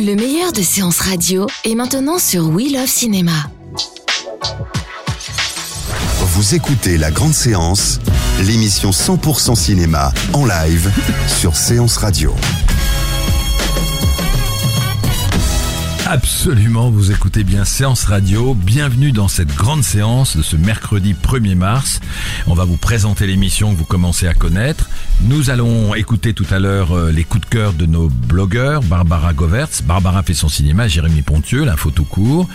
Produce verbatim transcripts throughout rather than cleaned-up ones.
Le meilleur de séances radio est maintenant sur We Love Cinéma. Vous écoutez La Grande Séance, l'émission cent pour cent cinéma en live sur Séance Radio. Absolument, vous écoutez bien Séance Radio. Bienvenue dans cette grande séance de ce mercredi premier mars. On va vous présenter l'émission que vous commencez à connaître. Nous allons écouter tout à l'heure euh, les coups de cœur de nos blogueurs, Barbara Govertz. Barbara fait son cinéma, Jérémy Pontieux, l'info tout court.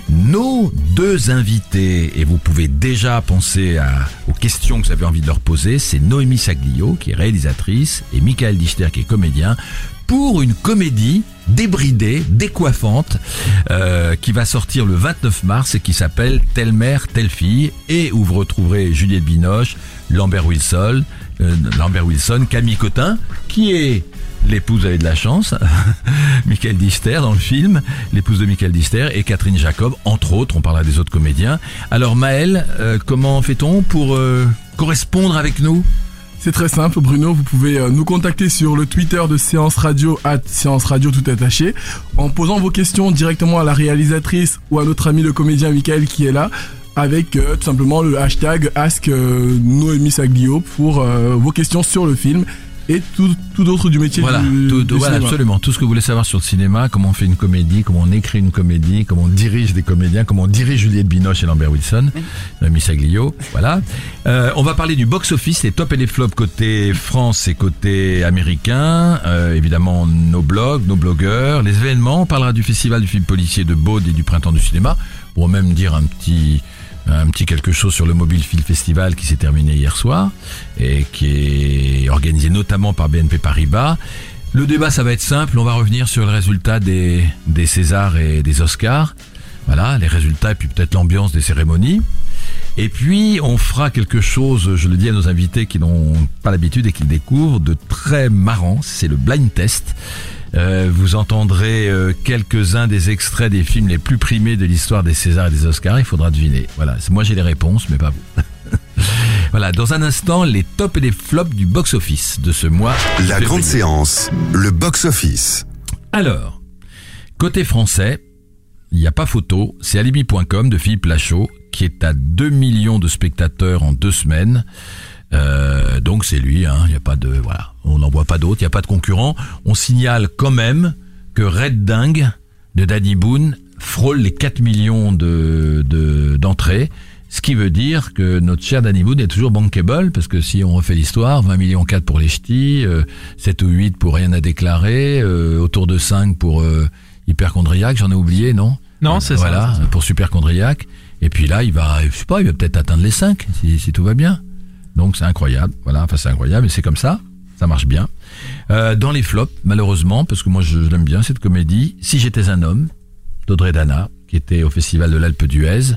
Nos deux invités, et vous pouvez déjà penser à, aux questions que vous avez envie de leur poser, c'est Noémie Saglio, qui est réalisatrice, et Michael Dichter, qui est comédien, pour une comédie débridée, décoiffante, euh, qui va sortir le vingt-neuf mars et qui s'appelle Telle mère, telle fille, et où vous retrouverez Juliette Binoche, Lambert Wilson, euh, Lambert Wilson, Camille Cotin, qui est l'épouse, vous avez de la chance, Michael Dichter dans le film, l'épouse de Michael Dichter, et Catherine Jacob, entre autres. On parlera des autres comédiens. Alors Maël, euh, comment fait-on pour euh, correspondre avec nous ? C'est très simple, Bruno, vous pouvez nous contacter sur le Twitter de Séance Radio, arobase Séance Radio tout attaché, en posant vos questions directement à la réalisatrice ou à notre ami le comédien Michael qui est là, avec euh, tout simplement le hashtag Ask euh, Noémie Saglio pour euh, vos questions sur le film et tout, tout autre du métier voilà, du, tout, du voilà, cinéma. Absolument, tout ce que vous voulez savoir sur le cinéma, comment on fait une comédie, comment on écrit une comédie, comment on dirige des comédiens, comment on dirige Juliette Binoche et Lambert Wilson, Noémie Saglio, voilà. Euh, on va parler du box-office, les tops et les flops côté France et côté américain, euh, évidemment nos blogs, nos blogueurs, les événements. On parlera du festival du film policier de Baude et du printemps du cinéma, pour même dire un petit... un petit quelque chose sur le Mobile Film Festival qui s'est terminé hier soir et qui est organisé notamment par B N P Paribas. Le débat, ça va être simple, on va revenir sur le résultat des, des Césars et des Oscars. Voilà, les résultats et puis peut-être l'ambiance des cérémonies. Et puis, on fera quelque chose, je le dis à nos invités qui n'ont pas l'habitude et qui le découvrent, de très marrant, c'est le blind test. Euh, vous entendrez euh, quelques-uns des extraits des films les plus primés de l'histoire des Césars et des Oscars. Il faudra deviner. Voilà, moi j'ai les réponses, mais pas vous. Voilà, dans un instant, les tops et les flops du box-office de ce mois. La grande séance, le box-office. Alors, côté français, il n'y a pas photo, c'est alibi point com de Philippe Lachaud, qui est à deux millions de spectateurs en deux semaines. Euh, donc c'est lui, hein, il y a pas de, voilà, on n'en voit pas d'autres, il y a pas de concurrent. On signale quand même que Red Dingue de Danny Boone frôle les quatre millions de, de d'entrées, ce qui veut dire que notre cher Danny Boone est toujours bankable, parce que si on refait l'histoire, vingt millions quatre pour les ch'tis, euh, sept ou huit pour Rien à déclarer, euh, autour de cinq pour euh, Hyperchondriac, j'en ai oublié, non? Non, c'est voilà, ça. Voilà, pour Superchondriac. Et puis là, il va, je sais pas, il va peut-être atteindre les cinq, si, si tout va bien. Donc c'est incroyable, voilà, enfin c'est incroyable, mais c'est comme ça, ça marche bien. Euh, dans les flops, malheureusement, parce que moi je, je l'aime bien cette comédie, Si j'étais un homme, d'Audrey Dana, qui était au Festival de l'Alpe d'Huez,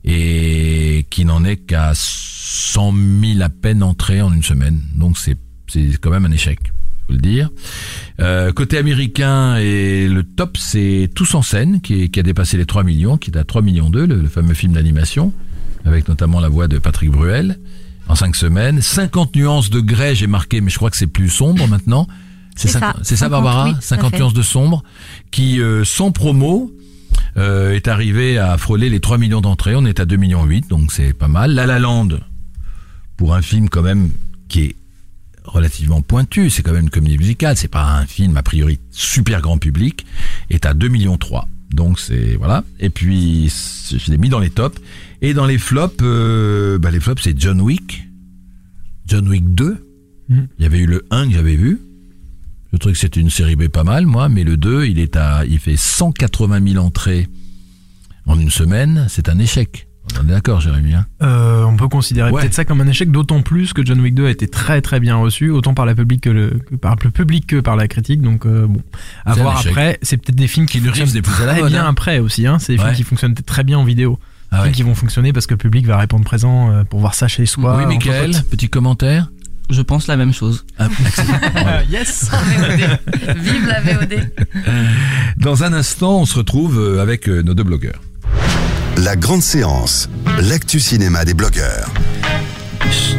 et qui n'en est qu'à cent mille à peine entrées en une semaine. Donc c'est, c'est quand même un échec, faut le dire. Euh, côté américain, et le top, c'est Tous en scène, qui, est, qui a dépassé les trois millions, qui est à trois millions deux, le, le fameux film d'animation, avec notamment la voix de Patrick Bruel. En cinq semaines, cinquante nuances de grès, j'ai marqué, mais je crois que c'est plus sombre maintenant. C'est, c'est ça, ça, c'est ça Barbara, oui, cinquante nuances de sombre, qui euh, sans promo euh, est arrivé à frôler les trois millions d'entrées. On est à deux millions huit, donc c'est pas mal. La La Land, pour un film quand même qui est relativement pointu, c'est quand même une comédie musicale, c'est pas un film a priori super grand public, est à deux millions trois. Donc c'est voilà. Et puis je l'ai mis dans les tops. Et dans les flops, euh, bah les flops c'est John Wick, John Wick deux. Mmh. Il y avait eu le un que j'avais vu. Je trouvais que c'était une série B pas mal, moi, mais le deux, il est à, il fait cent quatre-vingt mille entrées en une semaine. C'est un échec. On est d'accord, Jérémy, hein euh, On peut considérer ouais. peut-être ça comme un échec, d'autant plus que John Wick deux a été très très bien reçu, autant par la public que le, que par le public que par la critique. Donc euh, bon, à c'est voir après. C'est peut-être des films qui fonctionnent très bien hein. après aussi. Hein. C'est des ouais. films qui fonctionnent très bien en vidéo. Ah ouais. Qui vont fonctionner parce que le public va répondre présent euh, pour voir ça chez soi. Oui, Michael, petit commentaire. Je pense la même chose. Ah, yes. Vive la V O D. Dans un instant, on se retrouve avec nos deux blogueurs. La grande séance, l'actu cinéma des blogueurs.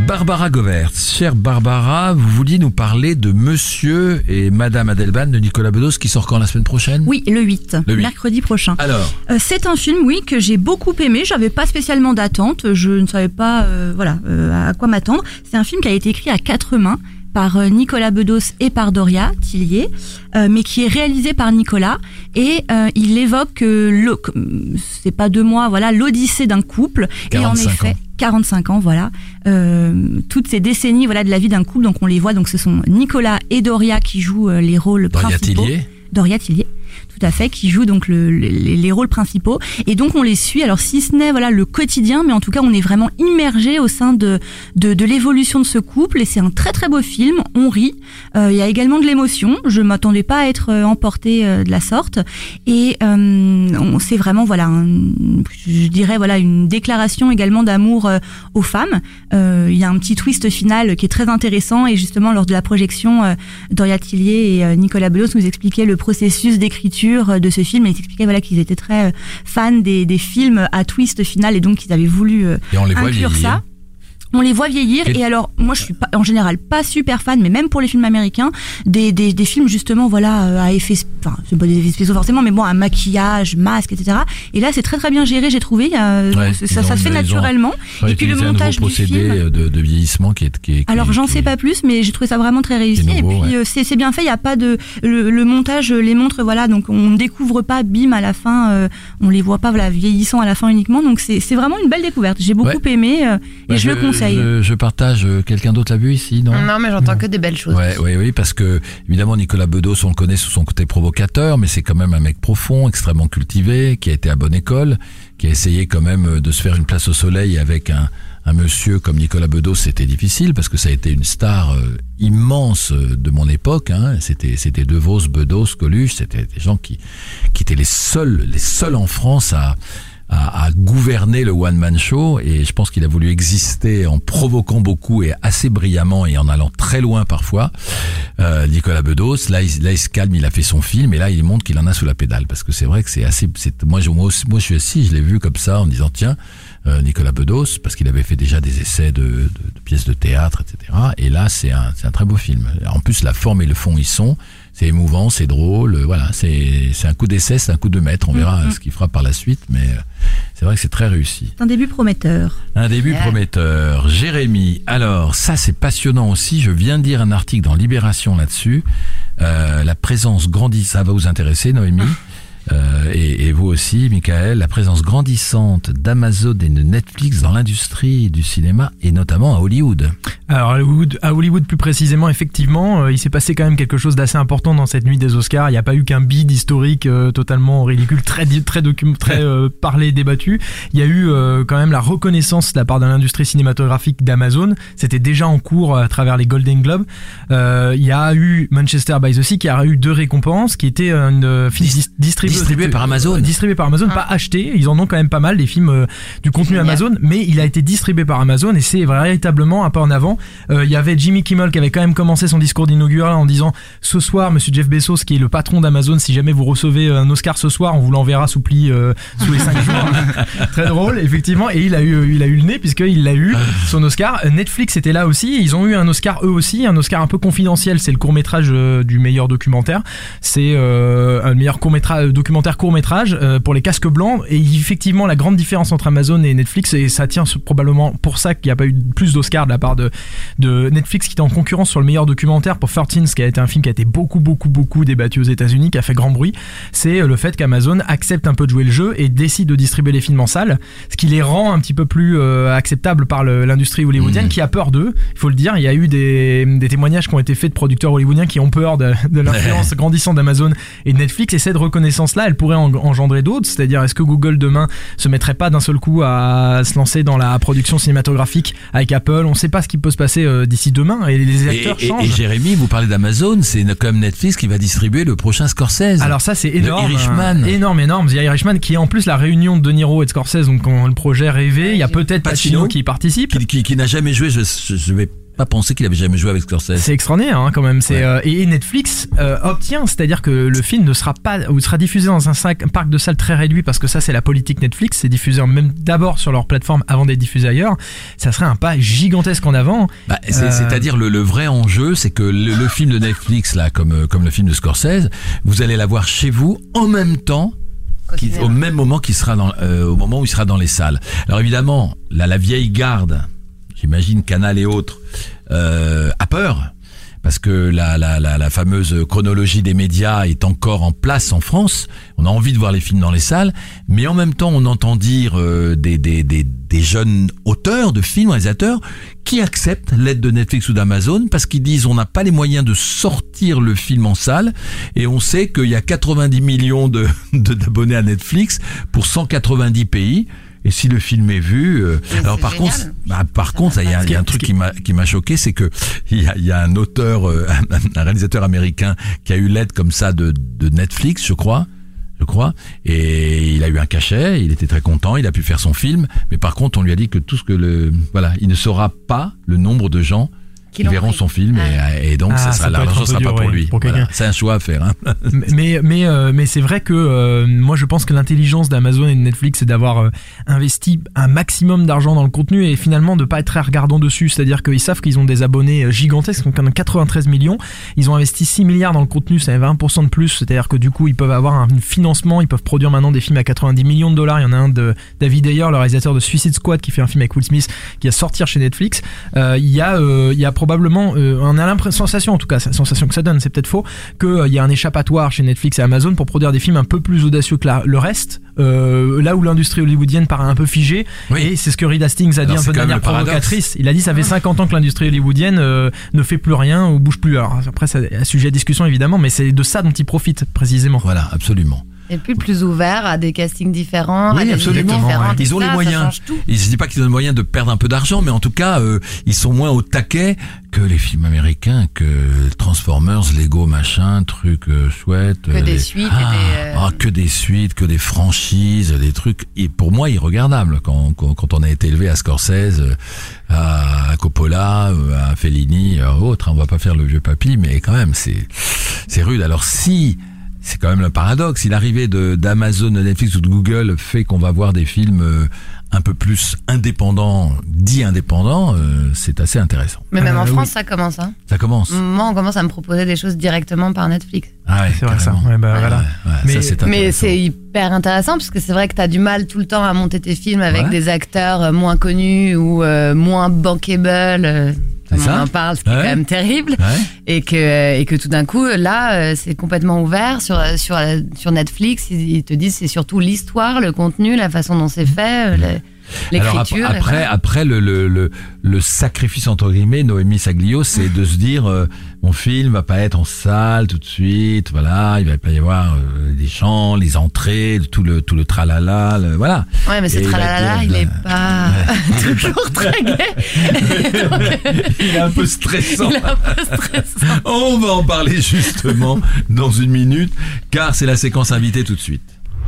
Barbara Govertz. Chère Barbara, vous vouliez nous parler de Monsieur et Madame Adelban de Nicolas Bedos qui sort quand la semaine prochaine ? Oui, le huit, le huit. Mercredi prochain. Alors euh, c'est un film, oui, que j'ai beaucoup aimé. J'avais pas spécialement d'attente. Je ne savais pas, euh, voilà, euh, à quoi m'attendre. C'est un film qui a été écrit à quatre mains par euh, Nicolas Bedos et par Doria Tillier, euh, mais qui est réalisé par Nicolas. Et euh, il évoque, euh, le, c'est pas deux mois, voilà, l'odyssée d'un couple. Et en effet, ans. quarante-cinq ans, voilà, euh, toutes ces décennies, voilà, de la vie d'un couple. Donc on les voit. Donc ce sont Nicolas et Doria qui jouent euh, les rôles Doria principaux. Tillier. Doria Tillier. Tout à fait, qui joue donc le, les, les rôles principaux, et donc on les suit. Alors si ce n'est voilà le quotidien, mais en tout cas on est vraiment immergé au sein de de, de l'évolution de ce couple, et c'est un très très beau film. On rit, euh, il y a également de l'émotion. Je m'attendais pas à être emportée euh, de la sorte, et euh, on c'est vraiment voilà, un, je dirais voilà une déclaration également d'amour euh, aux femmes. Euh, il y a un petit twist final qui est très intéressant, et justement lors de la projection, euh, Doria Tillier et euh, Nicolas Bedos nous expliquaient le processus d'écriture de ce film, et ils expliquaient voilà qu'ils étaient très fans des, des films à twist final, et donc ils avaient voulu euh, et on les voit inclure vieillir. ça. On les voit vieillir, et, et alors moi je suis pas, en général pas super fan, mais même pour les films américains, des des, des films justement voilà à effets, enfin c'est pas des effets spéciaux forcément, mais bon un maquillage, masque, et cetera. Et là c'est très très bien géré, j'ai trouvé. Euh, ouais, ça ça ont, se fait naturellement. Ont, et puis le montage un nouveau du procédé film. De, de vieillissement qui est. Qui est alors qui, j'en qui, sais pas plus, mais j'ai trouvé ça vraiment très réussi. Nouveau, et puis ouais. c'est c'est bien fait. Il y a pas de le, le montage les montre voilà, donc on ne découvre pas bim à la fin, euh, on les voit pas voilà vieillissant à la fin uniquement. Donc c'est c'est vraiment une belle découverte. J'ai beaucoup ouais. aimé euh, bah, et je, je le conseille. Je, je partage. Quelqu'un d'autre l'a vu ici, non ? Non, mais j'entends que des belles choses. Ouais, oui, oui, parce que évidemment Nicolas Bedos, on le connaît sous son côté provocateur, mais c'est quand même un mec profond, extrêmement cultivé, qui a été à bonne école, qui a essayé quand même de se faire une place au soleil avec un, un monsieur comme Nicolas Bedos. C'était difficile parce que ça a été une star euh, immense de mon époque. Hein. C'était, c'était De Vos, Bedos, Coluche. C'était des gens qui, qui étaient les seuls, les seuls en France à À, à gouverner le one-man show, et je pense qu'il a voulu exister en provoquant beaucoup et assez brillamment et en allant très loin parfois. Euh, Nicolas Bedos, là il, là il se calme, il a fait son film, et là il montre qu'il en a sous la pédale, parce que c'est vrai que c'est assez. C'est, moi, je, moi, moi je suis assis, je l'ai vu comme ça en me disant tiens, euh, Nicolas Bedos, parce qu'il avait fait déjà des essais de, de, de pièces de théâtre, et cetera. Et là c'est un, c'est un très beau film. En plus la forme et le fond y sont. C'est émouvant, c'est drôle, voilà, c'est c'est un coup d'essai, c'est un coup de maître, on verra mmh. ce qu'il fera par la suite, mais c'est vrai que c'est très réussi. C'est un début prometteur. Un début yeah. prometteur. Jérémy, alors ça c'est passionnant aussi, je viens de lire un article dans Libération là-dessus, euh, la présence grandissante, ça va vous intéresser Noémie, euh, et, et vous aussi Michael, la présence grandissante d'Amazon et de Netflix dans l'industrie du cinéma, et notamment à Hollywood. Alors à Hollywood, à Hollywood plus précisément, effectivement, euh, il s'est passé quand même quelque chose d'assez important dans cette nuit des Oscars. Il n'y a pas eu qu'un bid historique euh, totalement ridicule, très très docu- très euh, parlé, débattu. Il y a eu euh, quand même la reconnaissance de la part de l'industrie cinématographique d'Amazon. C'était déjà en cours à travers les Golden Globes. Euh, il y a eu Manchester by the Sea qui a eu deux récompenses, qui était une film dis- distribuée distribué par Amazon. Distribué par Amazon, ah. pas acheté. Ils en ont quand même pas mal des films euh, du contenu Amazon, mais il a été distribué par Amazon, et c'est véritablement un pas en avant. Il euh, y avait Jimmy Kimmel qui avait quand même commencé son discours d'inaugural en disant ce soir monsieur Jeff Bezos, qui est le patron d'Amazon, si jamais vous recevez un Oscar ce soir, on vous l'enverra sous pli euh, sous les cinq jours. Très drôle effectivement, et il a eu il a eu le nez puisqu'il l'a eu son Oscar. Netflix était là aussi, ils ont eu un Oscar eux aussi, un Oscar un peu confidentiel, c'est le court-métrage euh, du meilleur documentaire. C'est euh, un meilleur court-métrage documentaire court-métrage euh, pour les casques blancs, et effectivement la grande différence entre Amazon et Netflix, et ça tient probablement pour ça qu'il n'y a pas eu plus d'Oscars de la part de de Netflix, qui était en concurrence sur le meilleur documentaire pour thirteen, qui a été un film qui a été beaucoup beaucoup beaucoup débattu aux États-Unis, qui a fait grand bruit. C'est le fait qu'Amazon accepte un peu de jouer le jeu et décide de distribuer les films en salle, ce qui les rend un petit peu plus euh, acceptables par le, l'industrie hollywoodienne, mmh. qui a peur d'eux. Il faut le dire, il y a eu des, des témoignages qui ont été faits de producteurs hollywoodiens qui ont peur de, de l'influence grandissante d'Amazon et de Netflix, et cette reconnaissance-là, elle pourrait en, engendrer d'autres. C'est-à-dire, est-ce que Google demain se mettrait pas d'un seul coup à se lancer dans la production cinématographique avec Apple? On ne sait pas ce qui peut se passer euh, d'ici demain, et les acteurs et, et, changent. Et Jérémy, vous parlez d'Amazon, c'est comme Netflix qui va distribuer le prochain Scorsese. Alors ça c'est énorme, The Irishman. Euh, énorme, énorme. The Irishman, qui est en plus la réunion de De Niro et de Scorsese, donc quand le projet rêvé, il y a peut-être Pacino, Pacino qui y participe, qui, qui, qui n'a jamais joué. Je, je, je vais pas pensé qu'il avait jamais joué avec Scorsese. C'est extraordinaire hein, quand même. C'est, Ouais. euh, et Netflix euh, obtient, c'est-à-dire que le film ne sera pas ou sera diffusé dans un, cinq, un parc de salles très réduit parce que ça c'est la politique Netflix, c'est diffusé même d'abord sur leur plateforme avant d'être diffusé ailleurs. Ça serait un pas gigantesque en avant. Bah, c'est, Euh, c'est-à-dire le, le vrai enjeu, c'est que le, le film de Netflix là, comme euh, comme le film de Scorsese, vous allez l'avoir chez vous en même temps. Qui, au même moment qu'il sera dans, euh, au moment où il sera dans les salles. Alors évidemment, là, la vieille garde, j'imagine Canal et autres, euh, a peur parce que la, la, la, la fameuse chronologie des médias est encore en place en France. On a envie de voir les films dans les salles, mais en même temps, on entend dire euh, des, des, des, des jeunes auteurs de films, réalisateurs, qui acceptent l'aide de Netflix ou d'Amazon parce qu'ils disent on n'a pas les moyens de sortir le film en salle et on sait qu'il y a quatre-vingt-dix millions de, de d'abonnés à Netflix pour cent quatre-vingt-dix pays. Et si le film est vu, euh, alors par génial. contre, bah, par contre, il y a, il y a un truc qui m'a qui m'a choqué, c'est que il y a, il y a un auteur, euh, un réalisateur américain qui a eu l'aide comme ça de, de Netflix, je crois, je crois, et il a eu un cachet, il était très content, il a pu faire son film, mais par contre, on lui a dit que tout ce que le, voilà, il ne saura pas le nombre de gens qui l'ont verront pris. son film et, et donc Ah, ça ça sera peut être l'argent un peu sera dur, pas pour ouais, lui. pour Voilà. quelqu'un. C'est un choix à faire. Hein. mais mais euh, mais c'est vrai que euh, moi je pense que l'intelligence d'Amazon et de Netflix c'est d'avoir euh, investi un maximum d'argent dans le contenu et finalement de pas être très regardant dessus, c'est-à-dire qu'ils savent qu'ils ont des abonnés gigantesques, donc en quatre-vingt-treize millions, ils ont investi six milliards dans le contenu, c'est vingt pour cent de plus, c'est-à-dire que du coup ils peuvent avoir un financement, ils peuvent produire maintenant des films à quatre-vingt-dix millions de dollars. Il y en a un de David Ayer, le réalisateur de Suicide Squad, qui fait un film avec Will Smith qui va sortir chez Netflix. Euh, il y a euh, il y a probablement euh, on a l'impression, sensation en tout cas, c'est la sensation que ça donne, c'est peut-être faux, qu'il euh, y a un échappatoire chez Netflix et Amazon pour produire des films un peu plus audacieux que la, le reste, euh, là où l'industrie hollywoodienne paraît un peu figée. Oui. Et c'est ce que Reed Hastings a Alors, dit un c'est peu de quand même manière le paradoxe. provocatrice. Il a dit ça fait cinquante ans que l'industrie hollywoodienne euh, ne fait plus rien ou bouge plus. Alors après, c'est un sujet à discussion évidemment, mais c'est de ça dont ils profitent précisément. Voilà, absolument. Et puis plus ouvert à des castings différents, Oui, à des absolument. idées différentes. Ils ont et les ça, moyens. Ça change tout. Et je dis pas qu'ils ont les moyens de perdre un peu d'argent, mais en tout cas, euh, ils sont moins au taquet que les films américains, que Transformers, Lego, machin, trucs euh, chouettes. Que euh, des les- suites ah, et des, euh, ah, que des suites, que des franchises, des trucs. Et pour moi, irregardables quand, quand, quand on a été élevé à Scorsese, euh, à Coppola, euh, à Fellini, à autres. On va pas faire le vieux papy, mais quand même, c'est c'est rude. Alors si c'est quand même le paradoxe. Si l'arrivée de, d'Amazon, de Netflix ou de Google fait qu'on va voir des films euh, un peu plus indépendants, dits indépendants, euh, c'est assez intéressant. Mais même Euh, en oui. France, ça commence. Hein. Ça commence. Moi, on commence à me proposer des choses directement par Netflix. Ah ouais, C'est vrai ça. carrément. Ouais, bah, Ouais, voilà. ouais, Mais- ça, c'est Mais intéressant. c'est hyper intéressant parce que c'est vrai que t'as du mal tout le temps à monter tes films avec Ouais. des acteurs euh, moins connus ou euh, moins bankable. euh, C'est comme ça. on en parle, ce qui Ouais. est quand même terrible. Ouais. Et que, et que tout d'un coup, là, euh, c'est complètement ouvert sur, sur, sur Netflix. Ils, ils te disent c'est surtout l'histoire, le contenu, la façon dont c'est fait, euh, le- Alors ap- l'écriture. après, et voilà. après le, le, le, le sacrifice entre guillemets, Noémie Saglio, c'est de se dire euh, mon film va pas être en salle tout de suite, voilà, il va pas y avoir euh, des chants, les entrées, tout le tout le tralala, le, voilà. Ouais, mais ce Et il va tralala, dire, il est bah, pas toujours très gai. Donc, Il est un peu stressant. il est un peu stressant. On va en parler justement dans une minute, car c'est la séquence invitée tout de suite.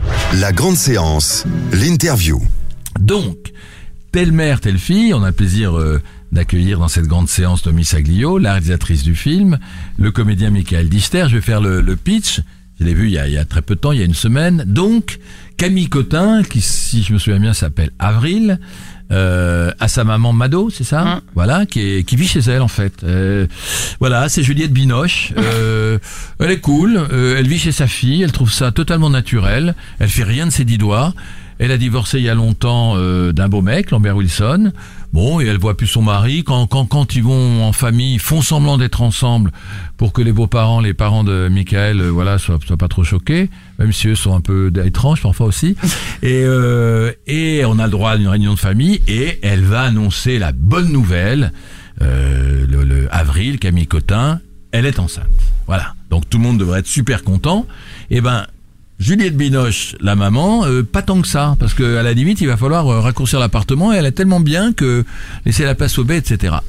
La grande séance, l'interview. Donc, telle mère, telle fille, on a le plaisir euh, d'accueillir dans cette grande séance Noémie Saglio, la réalisatrice du film, le comédien Michael Dichter. Je vais faire le, le pitch. Je l'ai vu il y, a, il y a très peu de temps, il y a une semaine. Donc, Camille Cotin, qui, si je me souviens bien, s'appelle Avril, euh, à sa maman Mado, c'est ça Mm. Voilà, qui, est, qui vit chez elle en fait. Euh, voilà, c'est Juliette Binoche. Euh, elle est cool, euh, elle vit chez sa fille, elle trouve ça totalement naturel. Elle fait rien de ses dix doigts. Elle a divorcé il y a longtemps euh, d'un beau mec, Lambert Wilson. Bon, et elle voit plus son mari. Quand, quand, quand ils vont en famille, ils font semblant d'être ensemble pour que les beaux-parents, les parents de Michael, euh, voilà, soient, soient pas trop choqués, même si eux sont un peu étranges parfois aussi. Et, euh, et on a le droit à une réunion de famille et elle va annoncer la bonne nouvelle. Euh, le, le avril, Camille Cotin, elle est enceinte. Voilà. Donc tout le monde devrait être super content. Et ben, Juliette Binoche, la maman, euh, pas tant que ça, parce que à la limite, il va falloir euh, raccourcir l'appartement et elle est tellement bien que laisser la place au bébé, et cetera.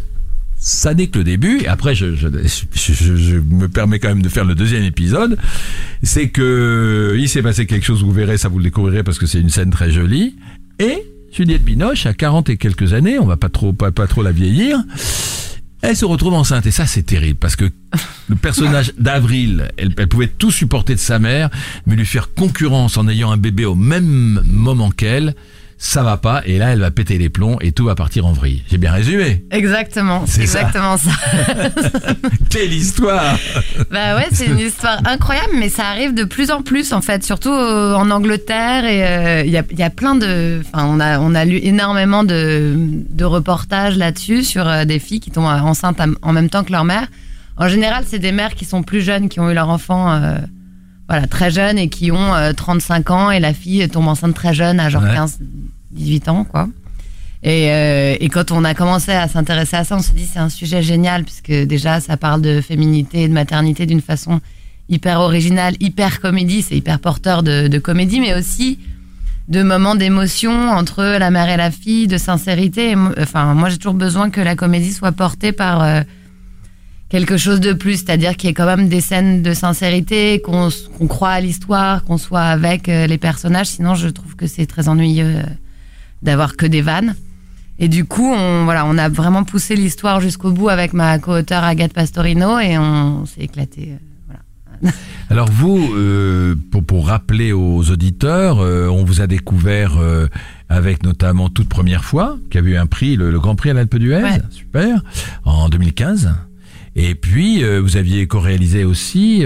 Ça n'est que le début, et après, je, je, je, je, je me permets quand même de faire le deuxième épisode. C'est que il s'est passé quelque chose, vous verrez, ça vous le découvrirez parce que c'est une scène très jolie. Et Juliette Binoche, à quarante et quelques années, on va pas trop, pas, pas trop la vieillir, Elle se retrouve enceinte et ça c'est terrible parce que le personnage d'Avril, elle, elle pouvait tout supporter de sa mère, mais lui faire concurrence en ayant un bébé au même moment qu'elle, ça va pas, et là elle va péter les plombs et tout va partir en vrille. J'ai bien résumé. Exactement, c'est exactement ça. ça. Quelle histoire. Bah ouais, c'est une histoire incroyable, mais ça arrive de plus en plus en fait, surtout en Angleterre, et il euh, y, a, y a plein de, enfin on a on a lu énormément de, de reportages là-dessus sur euh, des filles qui tombent enceintes en même temps que leur mère. En général, c'est des mères qui sont plus jeunes, qui ont eu leur enfant euh, voilà très jeunes et qui ont euh, trente-cinq ans, et la fille tombe enceinte très jeune, à genre ouais. quinze dix-huit ans quoi. Et, euh, et quand on a commencé à s'intéresser à ça, on s'est dit c'est un sujet génial, puisque déjà ça parle de féminité et de maternité d'une façon hyper originale, hyper comédie, c'est hyper porteur de, de comédie, mais aussi de moments d'émotion entre la mère et la fille, de sincérité. Et, enfin, moi j'ai toujours besoin que la comédie soit portée par euh, quelque chose de plus, c'est-à-dire qu'il y ait quand même des scènes de sincérité, qu'on, qu'on croit à l'histoire, qu'on soit avec euh, les personnages, sinon je trouve que c'est très ennuyeux euh, d'avoir que des vannes. Et du coup, on, voilà, on a vraiment poussé l'histoire jusqu'au bout avec ma co-auteure Agathe Pastorino, et on, on s'est éclaté. Euh, voilà. Alors vous, euh, pour, pour rappeler aux auditeurs, euh, on vous a découvert euh, avec notamment Toute Première Fois, qui a eu un prix, le, le Grand Prix à l'Alpe d'Huez, ouais. super, en deux mille quinze. Et puis, euh, vous aviez co-réalisé aussi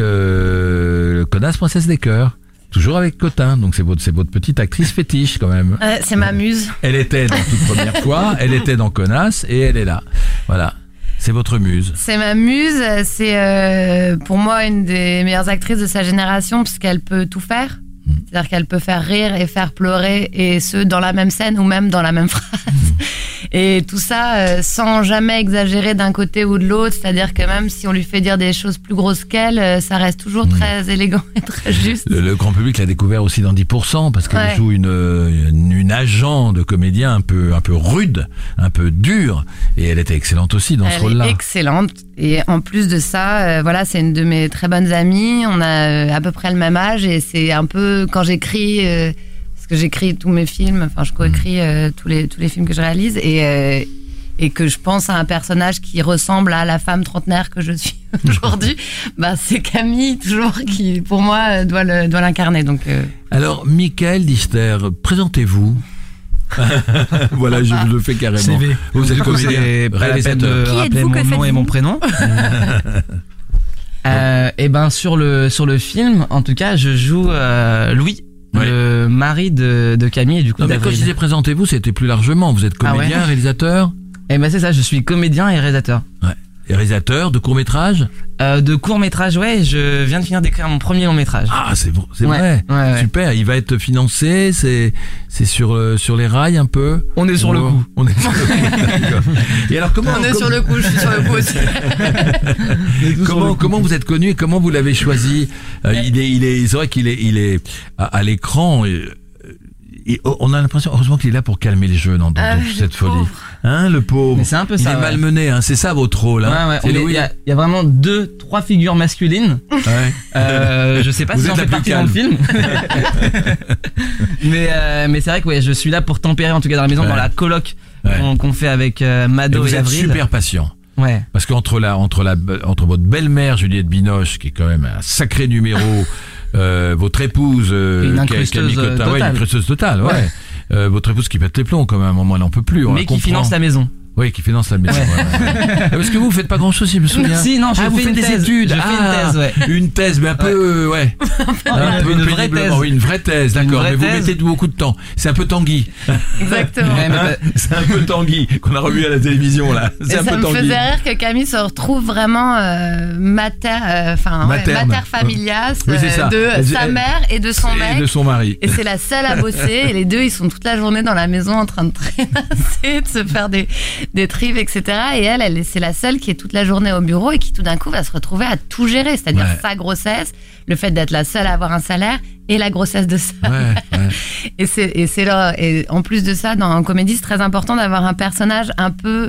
euh, Connasse, Princesse des Cœurs. Toujours avec Cotin, donc c'est votre, c'est votre petite actrice fétiche quand même. Euh, c'est ma muse. Elle était dans Toute Première Fois, elle était dans Connasse et elle est là. Voilà, c'est votre muse. C'est ma muse, c'est euh, pour moi une des meilleures actrices de sa génération, parce qu'elle peut tout faire. Mmh. C'est-à-dire qu'elle peut faire rire et faire pleurer, et ce dans la même scène ou même dans la même phrase. Mmh. Et tout ça euh, sans jamais exagérer d'un côté ou de l'autre, c'est-à-dire que même si on lui fait dire des choses plus grosses qu'elle, euh, ça reste toujours mmh. très élégant et très juste. Le, le grand public l'a découvert aussi dans dix pour cent, parce qu'elle ouais. joue une, une, une agent de comédien un peu, un peu rude, un peu dure, et elle était excellente aussi dans elle ce rôle-là. Elle est excellente, et en plus de ça, euh, voilà, c'est une de mes très bonnes amies, on a euh, à peu près le même âge, et c'est un peu, quand j'écris... Euh, parce que j'écris tous mes films, enfin je coécris euh, tous les tous les films que je réalise, et euh, et que je pense à un personnage qui ressemble à la femme trentenaire que je suis aujourd'hui, bah c'est Camille toujours qui pour moi doit le doit l'incarner. Donc euh... alors Michael Dister, présentez-vous. Voilà, je vous le fais carrément. C V. Vous êtes comédien, réalisateur. De rappeler mon nom et mon prénom. euh, et ben sur le sur le film, en tout cas, je joue euh, Louis. Oui. Le mari de, de Camille et du coup non, mais quand je disais présentez-vous, c'était plus largement. Vous êtes comédien, ah ouais. réalisateur. Eh ben c'est ça, je suis comédien et réalisateur. Ouais. Et réalisateur de court-métrage euh, De court-métrage, ouais. Je viens de finir d'écrire mon premier long-métrage. Ah, c'est bon, c'est ouais. vrai. Ouais, ouais. Super. Il va être financé. C'est c'est sur euh, sur les rails un peu. On est sur oh, le coup. On est sur le coup. Et alors comment On est comment... sur le coup. Je suis sur le coup aussi. comment comment vous êtes connu et comment vous l'avez choisi? euh, Il est il est c'est vrai qu'il est il est à, à l'écran. Et, Et on a l'impression, heureusement qu'il est là pour calmer les jeux dans, dans, ah, dans toute cette folie. Hein, le pauvre. Mais c'est un peu il ça. Il est ouais. malmené, hein. C'est ça votre rôle. Hein. Ouais, ouais. Il y, y a vraiment deux, trois figures masculines. Ouais. Euh, je sais pas Vous si j'en fais partie dans le film. mais euh, mais c'est vrai que ouais, je suis là pour tempérer, en tout cas dans la maison, ouais. dans la coloc ouais. qu'on, qu'on fait avec euh, Mado et, vous et êtes Avril. Super patient. Ouais. Parce qu'entre la, entre la, entre votre belle-mère Juliette Binoche, qui est quand même un sacré numéro, euh, votre épouse, euh, une incrusteuse Camille Cotin, ouais, une incrusteuse totale, ouais. ouais. Euh, votre épouse qui pète les plombs, quand même, à un moment, elle n'en peut plus. Mais qui comprend. Finance la maison. Oui, qui finance la maison. Ouais. Ouais, ouais. Parce que vous, vous faites pas grand-chose, si je me souviens. Si, non, je ah, fais vous une faites thèse. des études. Je ah, fais une thèse, ouais. Une thèse, mais un peu, ouais. un peu une vraie thèse. Oui, une vraie thèse, d'accord. Vraie mais vous thèse. mettez beaucoup de temps. C'est un peu Tanguy. Exactement. Ouais, hein, c'est un peu Tanguy qu'on a revu à la télévision, là. C'est et un ça peu me Tanguy. faisait rire que Camille se retrouve vraiment euh, mater, enfin, euh, ouais, mater familias oui, euh, de elle, sa elle, mère et de son et mec. Et de son mari. Et c'est la seule à bosser. Et les deux, ils sont toute la journée dans la maison en train de traînasser, de se faire des, des trives, et cetera. Et elle, elle, c'est la seule qui est toute la journée au bureau et qui tout d'un coup va se retrouver à tout gérer. C'est-à-dire ouais. sa grossesse, le fait d'être la seule à avoir un salaire et la grossesse de sa mère. Ouais, ouais. Et c'est, et c'est là, et en plus de ça, dans en comédie, c'est très important d'avoir un personnage un peu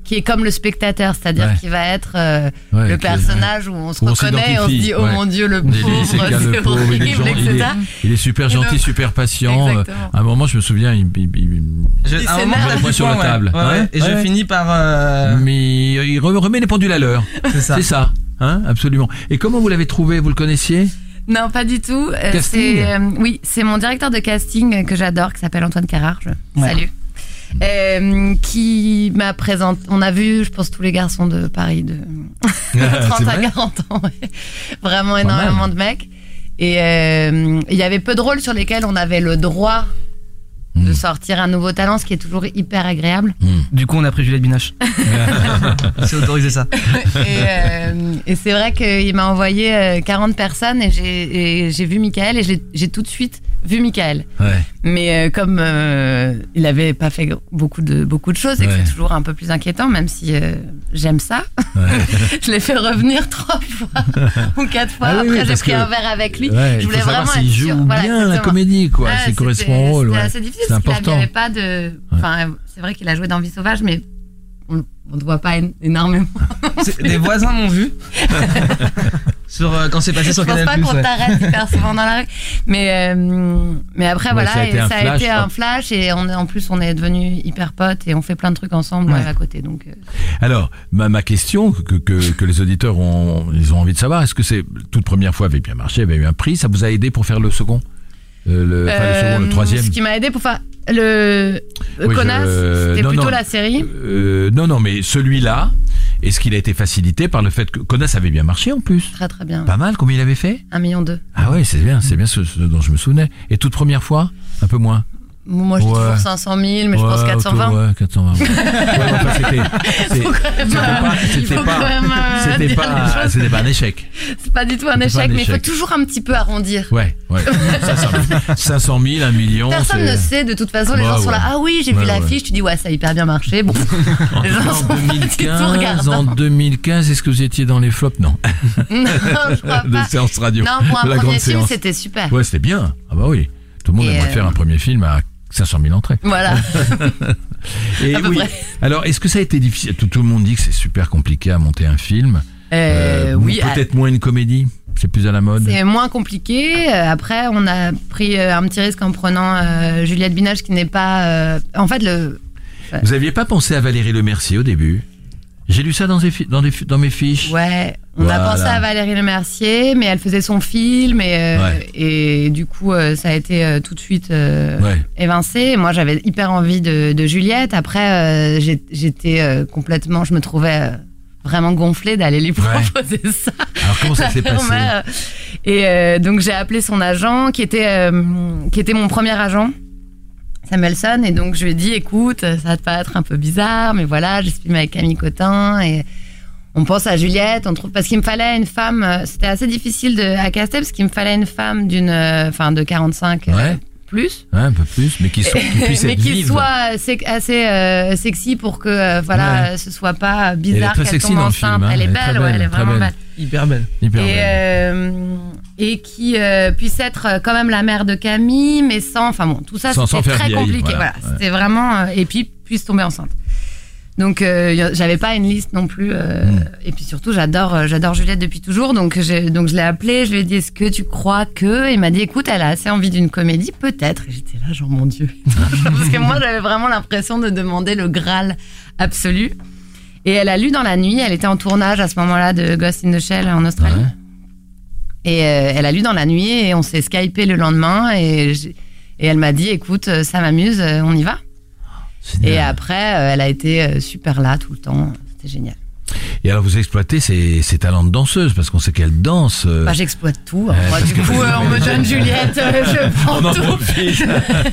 qui est comme le spectateur, c'est-à-dire Ouais. qui va être euh, Ouais, le qui- personnage où on se Où on reconnaît et on se s'identifie, dit oh ouais. mon Dieu le Il est- pauvre, c'est quel, le c'est pauvre, il est horrible, gen- il est- et cetera. Il est super Et gentil, donc- super patient. Exactement. À un moment, je me souviens, il, il, il- Je, Il à un s'énerve. moment, Il met je le poing du sur la ouais. table. Ouais, ouais. Ouais, Et je ouais. finis par. euh, mais il re- remet les pendules à l'heure. C'est ça. C'est ça, hein, absolument. Et comment vous l'avez trouvé? Vous le connaissiez? Non, pas du tout. Euh, Casting. c'est, euh, oui, c'est mon directeur de casting euh, que j'adore, qui s'appelle Antoine Carrard. Je Ouais. salue. Euh, qui m'a présenté. On a vu, je pense, tous les garçons de Paris de trente C'est à vrai quarante ans. Ouais. Vraiment Pas énormément mal. de mecs. Et euh, il y avait peu de rôles sur lesquels on avait le droit de Mm. sortir un nouveau talent, ce qui est toujours hyper agréable. Du coup, on a pris Juliette Binoche. C'est autorisé ça. et euh, et c'est vrai qu'il m'a envoyé euh, quarante personnes et j'ai, et j'ai vu Michael et j'ai, j'ai tout de suite vu Michael. Ouais. Mais euh, comme euh, il avait pas fait beaucoup de, beaucoup de choses et que Ouais. c'est toujours un peu plus inquiétant, même si euh, j'aime ça, je l'ai fait revenir trois fois ou quatre fois. Ah oui, Après, oui, j'ai parce pris que- un verre avec lui. Ouais, je il voulais faut savoir vraiment s'il être joue sûre. Voilà, bien la exactement. comédie, quoi. Ouais, C'est correspond au c'était- rôle. C'était Ouais. assez difficile C'est parce qu'il important. avait pas de. Enfin, c'est vrai qu'il a joué dans Vie sauvage, mais on ne voit pas é- énormément. C'est- Des voisins m'ont vu. sur, euh, quand c'est passé sur Je pense Canal+. pas qu'on ouais. t'arrête hyper souvent dans la rue. Mais, euh, mais après, Ouais, voilà, ça a et été un ça a flash, été quoi. un flash. Et on, est- en plus, on est devenus hyper potes et on fait plein de trucs ensemble Ouais. à côté. Donc, euh, Alors, ma, ma question que, que, que les auditeurs ont, ils ont envie de savoir, est-ce que c'est toute première fois avait bien marché, avait eu un prix, ça vous a aidé pour faire le second, euh, le, enfin, le second, le euh, troisième? Ce qui m'a aidé pour faire le, le Oui, Connasse, je- c'était non, plutôt non. la série. Euh, non, non, mais celui-là, est-ce qu'il a été facilité par le fait que Connasse avait bien marché en plus? Très très bien. Pas mal, combien il avait fait? Un million deux. Ah ouais, c'est bien, c'est bien ce, ce dont je me souvenais. Et toute première fois, un peu moins. Moi, je dis Ouais. toujours cinq cent mille, mais je pense Ouais, quatre cent vingt. autour, ouais, quatre cent vingt. Ouais, Ouais, enfin, c'était, c'est- Faut quand même, c'était euh, pas, il c'était faut pas, quand même, euh, c'était dire les pas, choses. c'était pas un échec. C'est pas du tout un C'était pas échec, un mais il faut échec. toujours un petit peu arrondir. Ouais, ouais. cinq cent mille, un million. Personne c'est- ne sait, de toute façon, les Ouais, gens sont ouais. là. Ah oui, j'ai Ouais, vu ouais. l'affiche, tu dis ouais, ça a hyper bien marché. Bon, les gens En sont pas du tout 2015, en regardants. deux mille quinze, est-ce que vous étiez dans les flops? Non. Non, je crois De pas. séance radio. Non, pour De un la premier grande film, séance. c'était super. Ouais, c'était bien. Ah bah oui. Tout le monde Et aimerait euh, faire un premier film à cinq cent mille entrées. Voilà. Et À peu oui. près. Alors, est-ce que ça a été difficile? Tout, tout le monde dit que c'est super compliqué à monter un film. Euh, Euh, oui, Peut-être moins une comédie. C'est plus à la mode. c'est moins compliqué. Euh, Après, on a pris euh, un petit risque en prenant euh, Juliette Binoche, qui n'est pas. euh, En fait, le. Vous aviez pas pensé à Valérie Lemercier au début? J'ai lu ça dans, des fi- dans, des, fi- dans mes fiches. Ouais, on Voilà. a pensé à Valérie Lemercier, mais elle faisait son film et, euh, Ouais. et du coup, euh, ça a été euh, tout de suite euh, Ouais. évincé. Et moi, j'avais hyper envie de, de Juliette. Après, euh, j'ai- j'étais euh, complètement, je me trouvais euh, vraiment gonflée d'aller lui Ouais. proposer ça. Alors, comment ça s'est La passé? mère. Et euh, donc, j'ai appelé son agent, qui était, euh, qui était mon premier agent. Samuelson, et donc je lui ai dit écoute, ça va te paraître un peu bizarre, mais voilà, je suis avec Camille Cotin et on pense à Juliette, on trouve parce qu'il me fallait une femme, euh, c'était assez difficile de, à caster parce qu'il me fallait une femme d'une, euh, enfin de quarante-cinq euh, Ouais. plus, Ouais, un peu plus, mais qui, soit, qui puisse mais être qui vive. soit sec- assez euh, sexy pour que euh, voilà, Ouais. ce soit pas Elle est bizarre très qu'elle sexy tombe dans le enceinte. film, hein. Elle est Elle est très belle, ouais, belle, elle est très vraiment belle. belle. Hyper belle. Hyper Et, belle. euh, et qui euh, puisse être euh, quand même la mère de Camille, mais sans, enfin bon, tout ça Sans- sans c'était faire très vieille, compliqué. voilà, Voilà, ouais. c'était vraiment euh, et puis puisse tomber enceinte. Donc euh, y a- j'avais pas une liste non plus. euh, Mm. Et puis surtout j'adore, euh, j'adore Juliette depuis toujours. Donc j'ai, donc je l'ai appelée, je lui ai dit est-ce que tu crois que, il m'a dit écoute, elle a assez envie d'une comédie, peut-être. Et j'étais là genre mon Dieu, parce que moi j'avais vraiment l'impression de demander le Graal absolu. Et elle a lu dans la nuit, elle était en tournage à ce moment-là de Ghost in the Shell en Australie. Ouais. Et euh, elle a lu dans la nuit et on s'est skypé le lendemain et, j'ai- et elle m'a dit écoute, euh, ça m'amuse, euh, on y va. Génial. Et après, euh, elle a été euh, super là tout le temps, c'était génial. Et alors, vous exploitez ses, ses talents de danseuse, parce qu'on sait qu'elle danse. euh, Bah, j'exploite tout. hein. Ouais, Moi, parce du que- coup, euh, on me donne Juliette, euh, je prends on en tout. profite.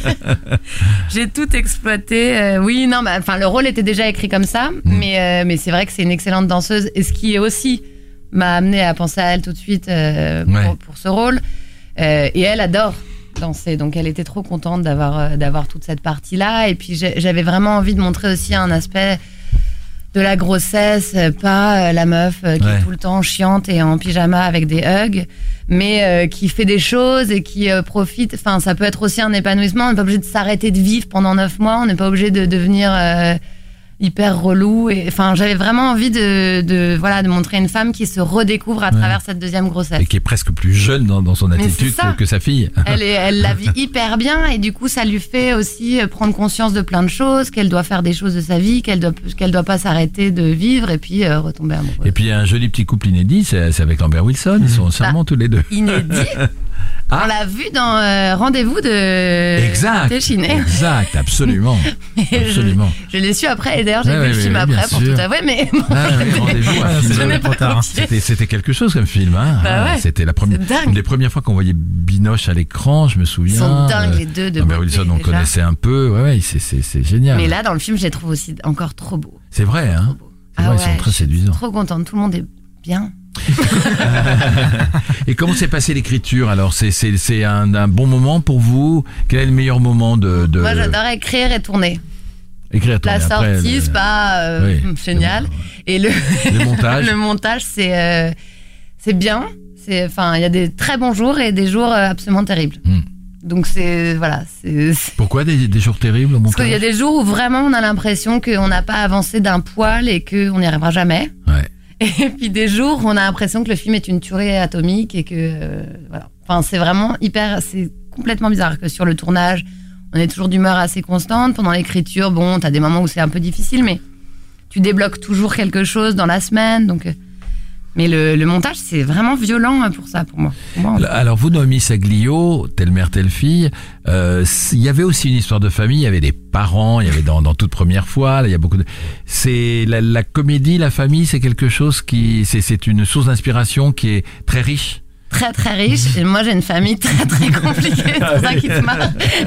J'ai tout exploité. euh, oui, non, mais enfin, le rôle était déjà écrit comme ça, Mm. mais, euh, mais c'est vrai que c'est une excellente danseuse. Et ce qui est aussi m'a amené à penser à elle tout de suite euh, Ouais. pour, pour ce rôle. Euh, et elle adore danser, donc elle était trop contente d'avoir euh, d'avoir toute cette partie-là. Et puis j'ai- j'avais vraiment envie de montrer aussi un aspect de la grossesse, euh, pas euh, la meuf euh, qui Ouais. est tout le temps chiante et en pyjama avec des hugs, mais euh, qui fait des choses et qui euh, profite. Enfin, ça peut être aussi un épanouissement. On n'est pas obligé de s'arrêter de vivre pendant neuf mois. On n'est pas obligé de devenir. euh, hyper relou. Et enfin, j'avais vraiment envie de, de, voilà, de montrer une femme qui se redécouvre à Ouais. travers cette deuxième grossesse. Et qui est presque plus jeune dans, dans son Mais attitude c'est ça. que, que sa fille. Elle, est, elle la vit hyper bien et du coup, ça lui fait aussi prendre conscience de plein de choses, qu'elle doit faire des choses de sa vie, qu'elle doit, qu'elle doit pas s'arrêter de vivre et puis euh, retomber amoureuse. Et puis il y a un joli petit couple inédit, c'est, c'est avec Lambert Wilson, ils sont charmants tous les deux. Inédit. Ah. On l'a vu dans euh, Rendez-vous de Exact, Téchiné. exact, absolument, absolument. Je, je l'ai su après et d'ailleurs j'ai Ouais, vu ouais, le film ouais, après bien pour sûr. tout avouer, mais bon, Ah, ouais, rendez-vous, un film. je n'ai pas tard. compris. C'était, c'était quelque chose comme film, hein. Bah ouais, C'était la première, c'est dingue. une des premières fois qu'on voyait Binoche à l'écran, je me souviens. Ils sont dingues Euh, les deux de Lambert beauté, Wilson, on déjà. connaissait un peu, ouais, ouais, c'est, c'est, c'est génial. Mais là dans le film je les trouve aussi encore trop beaux. C'est vrai, hein. C'est Ah vrai, ouais, ils sont très je suis séduisants. trop contente, tout le monde est bien. Et comment s'est passée l'écriture alors? C'est, c'est, c'est un, un bon moment pour vous? Quel est le meilleur moment de, de Moi j'adore écrire et tourner. écrire? La Attendez, après, sortie le- c'est pas euh, Oui. génial et le Le montage. le montage c'est euh, c'est bien. C'est enfin il y a des très bons jours et des jours euh, absolument terribles. Hmm. Donc c'est voilà c'est c'est- Pourquoi des, des jours terribles au parce qu'il y a montage? des jours où vraiment on a l'impression qu'on n'a pas avancé d'un poil et qu'on n'y arrivera jamais. Ouais. Et puis des jours où on a l'impression que le film est une tuerie atomique et que euh, voilà. Enfin c'est vraiment hyper, c'est complètement bizarre que sur le tournage on est toujours d'humeur assez constante. Pendant l'écriture, bon, t'as des moments où c'est un peu difficile, mais tu débloques toujours quelque chose dans la semaine. Donc, euh, mais le, le montage c'est vraiment violent pour ça pour moi. Pour moi, Alors vous, Noémie Saglio, telle mère, telle fille, euh, il y avait aussi une histoire de famille, il y avait des parents, il y avait dans, dans toute première fois, là, il y a beaucoup de... C'est la, la comédie, la famille, c'est quelque chose qui... C'est, c'est une source d'inspiration qui est très riche. très très riche et moi j'ai une famille très très compliquée, c'est pour ça qu'il se marre,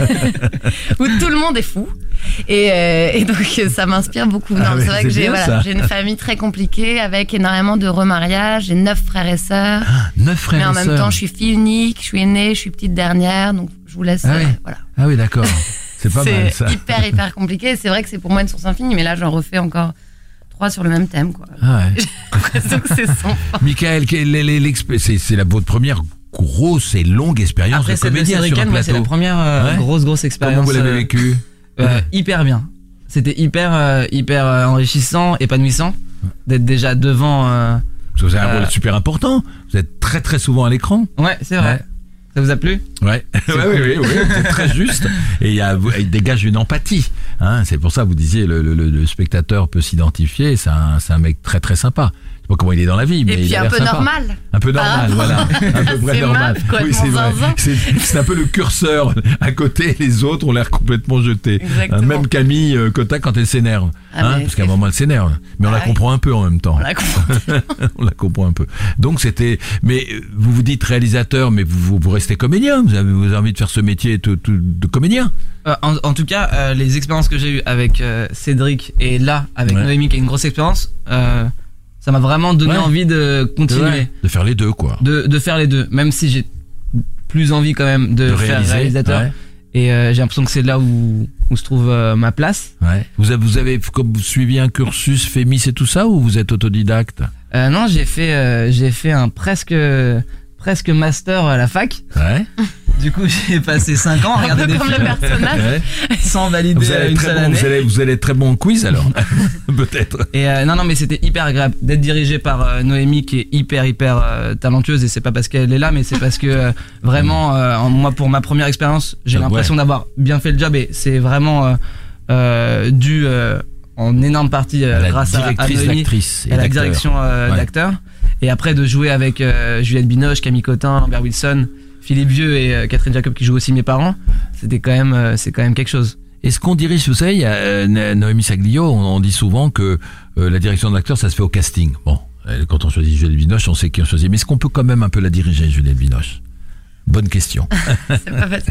où tout le monde est fou et, euh, et donc ça m'inspire beaucoup. Non, Ah, mais c'est vrai c'est que j'ai, bien, voilà, ça. j'ai une famille très compliquée avec énormément de remariages, j'ai neuf frères et sœurs, Neuf frères mais en et même sœurs. temps je suis fille unique, je suis aînée, je suis petite dernière, donc je vous laisse, Ah euh, oui. voilà. Ah oui, d'accord. C'est pas mal ça. C'est hyper hyper compliqué, c'est vrai que c'est pour moi une source infinie, mais là j'en refais encore trois sur le même thème quoi. Ah ouais. J'ai l'impression que c'est sans fin. Michael, quelle est l'expé- c'est, c'est la votre première grosse et longue expérience Après de celle de comédien sur un Cédric, moi, c'est la plateau. première euh, Ouais. grosse grosse Comment expérience. vous l'avez euh, vécu? euh, hyper bien. C'était hyper euh, hyper euh, enrichissant, épanouissant d'être déjà devant. euh, Parce que vous avez un Euh, rôle super important. Vous êtes très très souvent à l'écran. Ouais, c'est vrai. Ouais. Ça vous a plu? Ouais, ouais, oui, oui, oui, c'est très juste. Et il, y a, il dégage une empathie. Hein, c'est pour ça que vous disiez le, le, le spectateur peut s'identifier. C'est un, c'est un mec très très sympa. Je sais pas comment il est dans la vie, mais Et il puis a un l'air peu sympa. normal. Un peu normal, Par voilà. rapport- À peu près C'est normal. Map, quoi, Oui, c'est mon vrai. zinzin. C'est, c'est un peu le curseur à côté. Les autres ont l'air complètement jetés. Exactement. Hein, même Camille euh, Cotta quand elle s'énerve. Ah, hein, mais parce qu'à un c'est- moment elle s'énerve. Mais on Ah la oui. comprend un peu en même temps. On la comprend. On la comprend un peu. Donc c'était. Mais euh, vous vous dites réalisateur, mais vous, vous, vous restez comédien. Vous avez, vous avez envie de faire ce métier de, de, de comédien. Euh, en, en tout cas, euh, les expériences que j'ai eues avec euh, Cédric et là avec Ouais. Noémie qui a une grosse expérience, euh, ça m'a vraiment donné Ouais. envie de continuer, Ouais. De faire les deux, quoi. de, de faire les deux, même si j'ai plus envie quand même de, De faire réaliser. réalisateur. Ouais. Et euh, j'ai l'impression que c'est là où, où se trouve euh, ma place. Ouais. Vous avez, vous avez comme vous suivi un cursus Fémis et tout ça, ou vous êtes autodidacte? Euh, non, j'ai fait euh, j'ai fait un presque presque master à la fac. Ouais. Du coup, j'ai passé cinq ans à Un regarder peu des comme le films personnage. Ouais. sans valider Vous allez, une être très seule bon, année. vous, allez, vous allez être très bon en quiz alors. Peut-être. Et euh, non, non, mais c'était hyper agréable d'être dirigé par euh, Noémie qui est hyper, hyper euh, talentueuse. Et c'est pas parce qu'elle est là, mais c'est parce que euh, vraiment, euh, en- moi, pour ma première expérience, j'ai Ouais. l'impression d'avoir bien fait le job. Et c'est vraiment euh, euh, dû euh, en énorme partie euh, La grâce à, à directrice Noémie d'actrice et et à la d'acteur. direction euh, Ouais. d'acteur. Et après, de jouer avec euh, Juliette Binoche, Camille Cotin, Lambert Wilson, Philippe Vieux et euh, Catherine Jacob qui jouent aussi mes parents, c'était quand même, euh, c'est quand même quelque chose. Est-ce qu'on dirige, vous savez, il y a euh, No- Noémie Saglio, on, on dit souvent que euh, la direction d'acteur, ça se fait au casting. Bon, euh, quand on choisit Juliette Binoche, on sait qui on choisit. Mais est-ce qu'on peut quand même un peu la diriger, Juliette Binoche? Bonne question. C'est pas facile.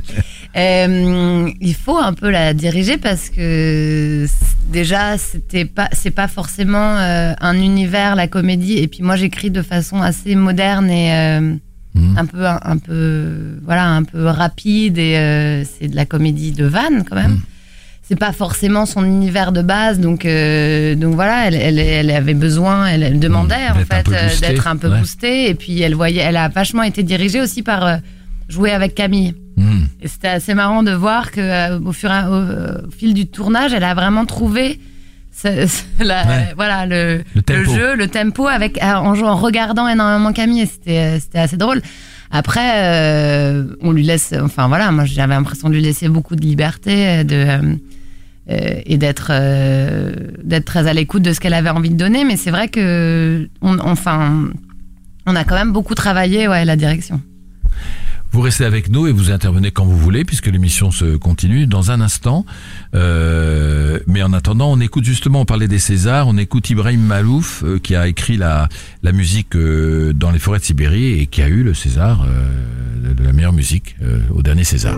Euh, il faut un peu la diriger parce que c'est- déjà c'était pas c'est pas forcément euh, un univers la comédie et puis moi j'écris de façon assez moderne et euh, Mhm. un peu un, un peu voilà un peu rapide et euh, c'est de la comédie de vanne quand même. Mhm. C'est pas forcément son univers de base donc euh, donc voilà elle, elle elle avait besoin elle, elle demandait Mhm. en D'être un fait peu euh, boostée, d'être un peu ouais. boostée et puis elle voyait elle a vachement été dirigée aussi par euh, jouer avec Camille. Hmm. Et c'était assez marrant de voir que euh, au fur et à- au, euh, au fil du tournage, elle a vraiment trouvé c'est, c'est la, Ouais. voilà le, Le tempo. jeu, le tempo avec en, jouant- en regardant énormément Camille, et c'était c'était assez drôle. Après, euh, on lui laisse, enfin voilà, moi j'avais l'impression de lui laisser beaucoup de liberté, de euh, euh, et d'être euh, d'être très à l'écoute de ce qu'elle avait envie de donner. Mais c'est vrai que, on, enfin, on a quand même beaucoup travaillé, ouais, la direction. Vous restez avec nous et vous intervenez quand vous voulez puisque l'émission se continue dans un instant. Euh, mais en attendant, on écoute justement, on parlait des Césars, on écoute Ibrahim Malouf euh, qui a écrit la, la musique euh, dans les forêts de Sibérie et qui a eu le César euh, de, de la meilleure musique euh, au dernier César.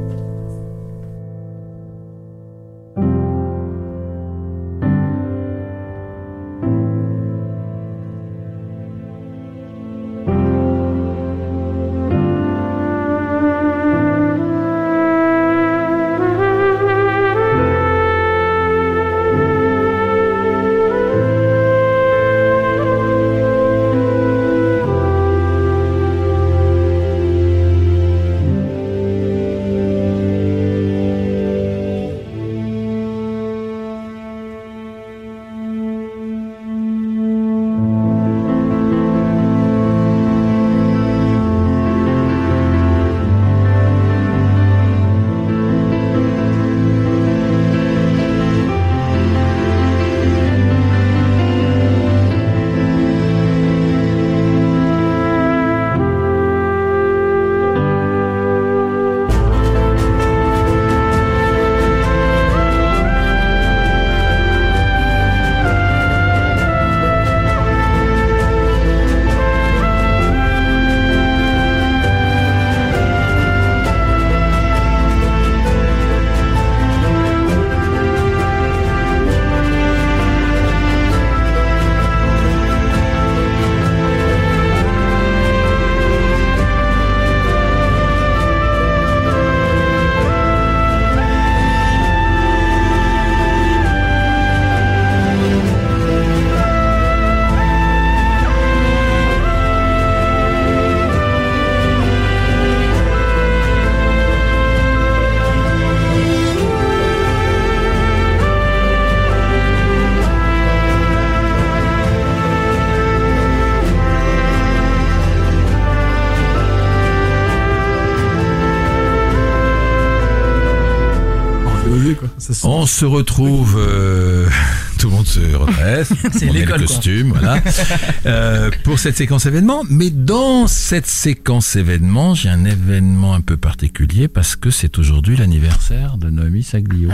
On se retrouve, euh, tout le monde se redresse, C'est on met l'école, le quoi. costume, voilà, euh, pour cette séquence événement. Mais dans cette séquence événement, j'ai un événement un peu particulier parce que c'est aujourd'hui l'anniversaire de Noémie Saglio.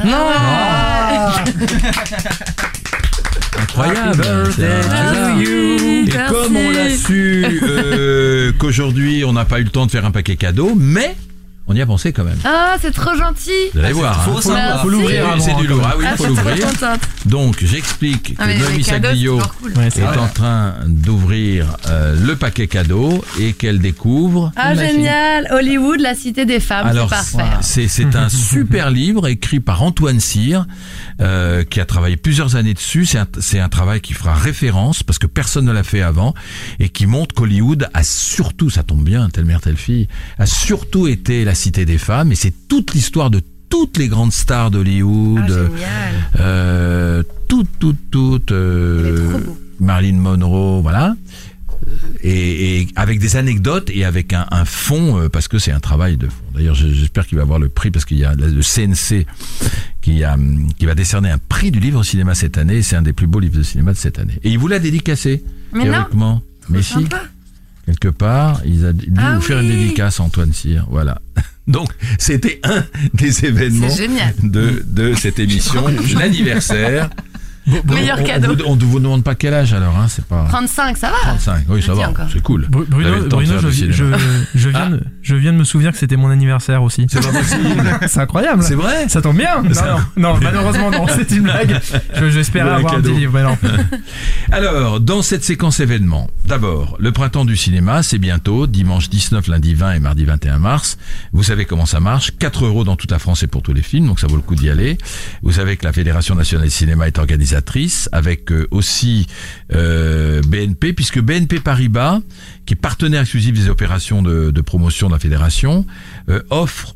Incroyable. C'est un hasard. Et Merci. comme on l'a su euh, qu'aujourd'hui on n'a pas eu le temps de faire un paquet cadeau, mais on y a pensé quand même. Ah, c'est trop gentil. Vous allez voir. Faut hein. savoir. Faut l'ouvrir. Merci. C'est du lourd. Ah oui, Ah, il je faut suis trop l'ouvrir. contente. Donc j'explique Ah, que mais les Noémie cadeaux, c'est Saglio toujours cool. Ouais, c'est est vrai. en train d'ouvrir euh, le paquet cadeau et qu'elle découvre. Ah, génial. Hollywood, la cité des femmes, Alors, c'est parfait. c'est c'est un super livre écrit par Antoine Cyr euh, qui a travaillé plusieurs années dessus. C'est un, c'est un travail qui fera référence parce que personne ne l'a fait avant et qui montre qu'Hollywood a surtout, ça tombe bien, telle mère telle fille, a surtout été la cité des femmes et c'est toute l'histoire de toutes les grandes stars d'Hollywood. Ah, génial. Euh, toutes, toutes, toutes. euh, Il est trop beau. Marilyn Monroe, voilà. Et, et avec des anecdotes et avec un, un fond, euh, parce que c'est un travail de fond. D'ailleurs, je- j'espère qu'il va avoir le prix, parce qu'il y a le C N C qui, a, qui va décerner un prix du livre au cinéma cette année. C'est un des plus beaux livres de cinéma de cette année. Et il vous l'a dédicacé, Mais non. théoriquement. Mais si, Sympa. quelque part, il a dû Ah vous faire une oui. dédicace, Antoine Cyr. Voilà. Donc, c'était un des événements C'est génial. de, de cette émission, l'anniversaire. Meilleur on, cadeau. On vous, on vous demande pas quel âge alors, hein, c'est pas trente-cinq, ça va. trente-cinq. Oui, ça Je dis va, encore. c'est cool. Bru- Vous avez Bruno, le temps de Bruno faire je, du je, cinéma. je viens de, je viens de me souvenir que c'était mon anniversaire aussi. C'est pas possible. C'est incroyable. C'est vrai. Ça tombe bien. Non, non, non, malheureusement non, c'est une blague. Je- J'espérais Voilà un avoir un cadeau. petit livre, mais non. Alors, dans cette séquence événement, d'abord, le printemps du cinéma, c'est bientôt, dimanche dix-neuf, lundi vingt et mardi vingt et un mars. Vous savez comment ça marche, quatre euros dans toute la France et pour tous les films, donc ça vaut le coup d'y aller. Vous savez que la Fédération nationale du cinéma est organisatrice, avec euh, aussi euh, B N P, puisque B N P Paribas, qui est partenaire exclusif des opérations de, de promotion de la Fédération, euh, offre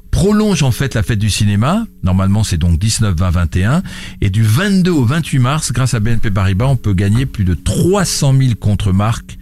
prolonge en fait la fête du cinéma. Normalement, c'est donc dix-neuf, vingt, vingt et un. Et du vingt-deux au vingt-huit mars, grâce à B N P Paribas, on peut gagner plus de trois cent mille contre-marques.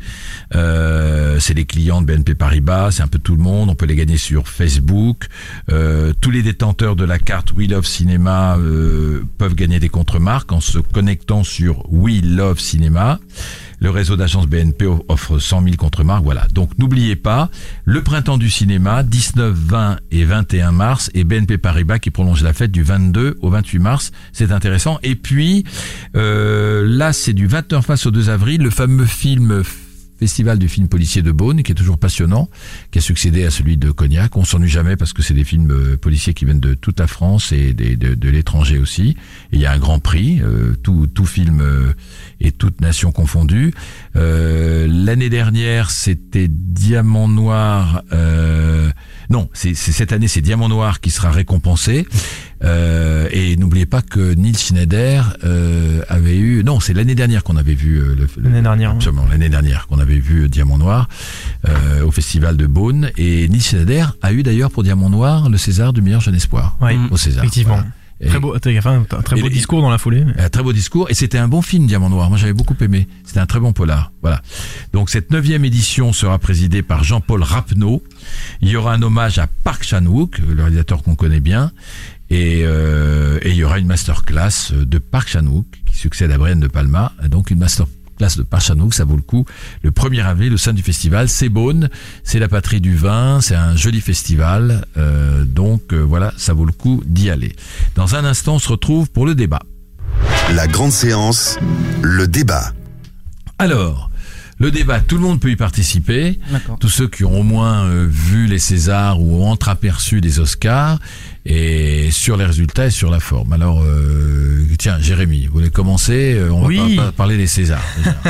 Euh, c'est les clients de B N P Paribas, c'est un peu tout le monde. On peut les gagner sur Facebook. Euh, tous les détenteurs de la carte We Love Cinéma euh, peuvent gagner des contre-marques en se connectant sur We Love Cinéma. Le réseau d'agences B N P offre cent mille contre-marques, voilà. Donc n'oubliez pas, le printemps du cinéma, dix-neuf, vingt et vingt et un mars, et B N P Paribas qui prolonge la fête du vingt-deux au vingt-huit mars, c'est intéressant. Et puis, euh, là c'est du vingt-neuf mars au deux avril, le fameux film Festival du film policier de Beaune, qui est toujours passionnant, qui a succédé à celui de Cognac. On s'ennuie jamais parce que c'est des films euh, policiers qui viennent de toute la France et des, de, de l'étranger aussi. Et il y a un grand prix, euh, tout, tout film euh, et toute nation confondue. Euh, l'année dernière, c'était Diamant Noir. Euh, non, c'est, c'est cette année, c'est Diamant Noir qui sera récompensé. Euh, et n'oubliez pas que Neil Schneider euh, avait eu... Non, c'est l'année dernière qu'on avait vu... Euh, le, l'année dernière. Absolument, oui. L'année dernière qu'on avait vu euh, Diamant Noir euh, au Festival de Beaune. Et Neil Schneider a eu d'ailleurs pour Diamant Noir le César du meilleur jeune espoir. Oui, au César. Effectivement. Voilà. Et, très beau, enfin, un très beau et, discours dans la foulée. Un très beau discours, et c'était un bon film, Diamant Noir. Moi, j'avais beaucoup aimé. C'était un très bon polar. Voilà. Donc, cette neuvième édition sera présidée par Jean-Paul Rapneau. Il y aura un hommage à Park Chan-wook, le réalisateur qu'on connaît bien. Et, euh, et il y aura une masterclass de Park Chan-wook qui succède à Brian De Palma. Donc, une masterclass de Park Chan-wook, ça vaut le coup. Le premier avril, au sein du festival, c'est Beaune, c'est la patrie du vin, c'est un joli festival. Euh, donc, euh, voilà, ça vaut le coup d'y aller. Dans un instant, on se retrouve pour le débat. La grande séance, le débat. Alors, le débat, tout le monde peut y participer. D'accord. Tous ceux qui ont au moins euh, vu les Césars ou ont entreaperçu des Oscars, et sur les résultats et sur la forme. Alors, euh, tiens, Jérémy, vous voulez commencer? euh, On oui. va pas, pas parler des Césars.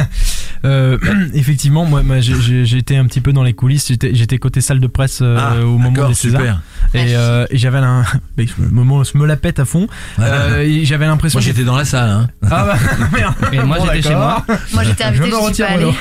euh, effectivement, moi, moi j'ai, j'ai été un petit peu dans les coulisses. J'étais, j'étais côté salle de presse euh, ah, au moment des Césars. Super. Et, euh, et j'avais un, le moment je me la pète à fond. Euh, et j'avais l'impression. Moi, j'étais dans la salle. Hein. Ah bah merde. Et moi, bon, j'étais d'accord. chez moi. Moi, j'étais invité, je je me suis retire, pas allée.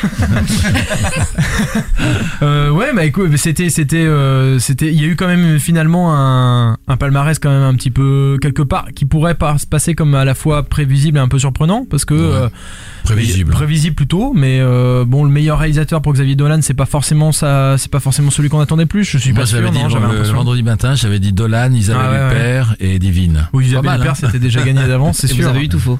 euh, ouais, bah écoute, c'était, c'était, euh, c'était, il y a eu quand même finalement un, un palmarès quand même un petit peu quelque part qui pourrait pas se passer comme à la fois prévisible et un peu surprenant parce que ouais. euh, prévisible, prévisible plutôt, mais euh, bon, le meilleur réalisateur pour Xavier Dolan, c'est pas forcément ça, c'est pas forcément celui qu'on attendait plus. Je suis Moi, pas sûr. J'avais dit non, le, j'avais le l'impression. vendredi matin, j'avais dit Dolan, Isabelle Ah, ouais, Huppert ouais. et Divine. Oui, Isabelle Huppert, hein. C'était déjà gagné d'avance, c'est Et sûr. vous avez eu tout faux.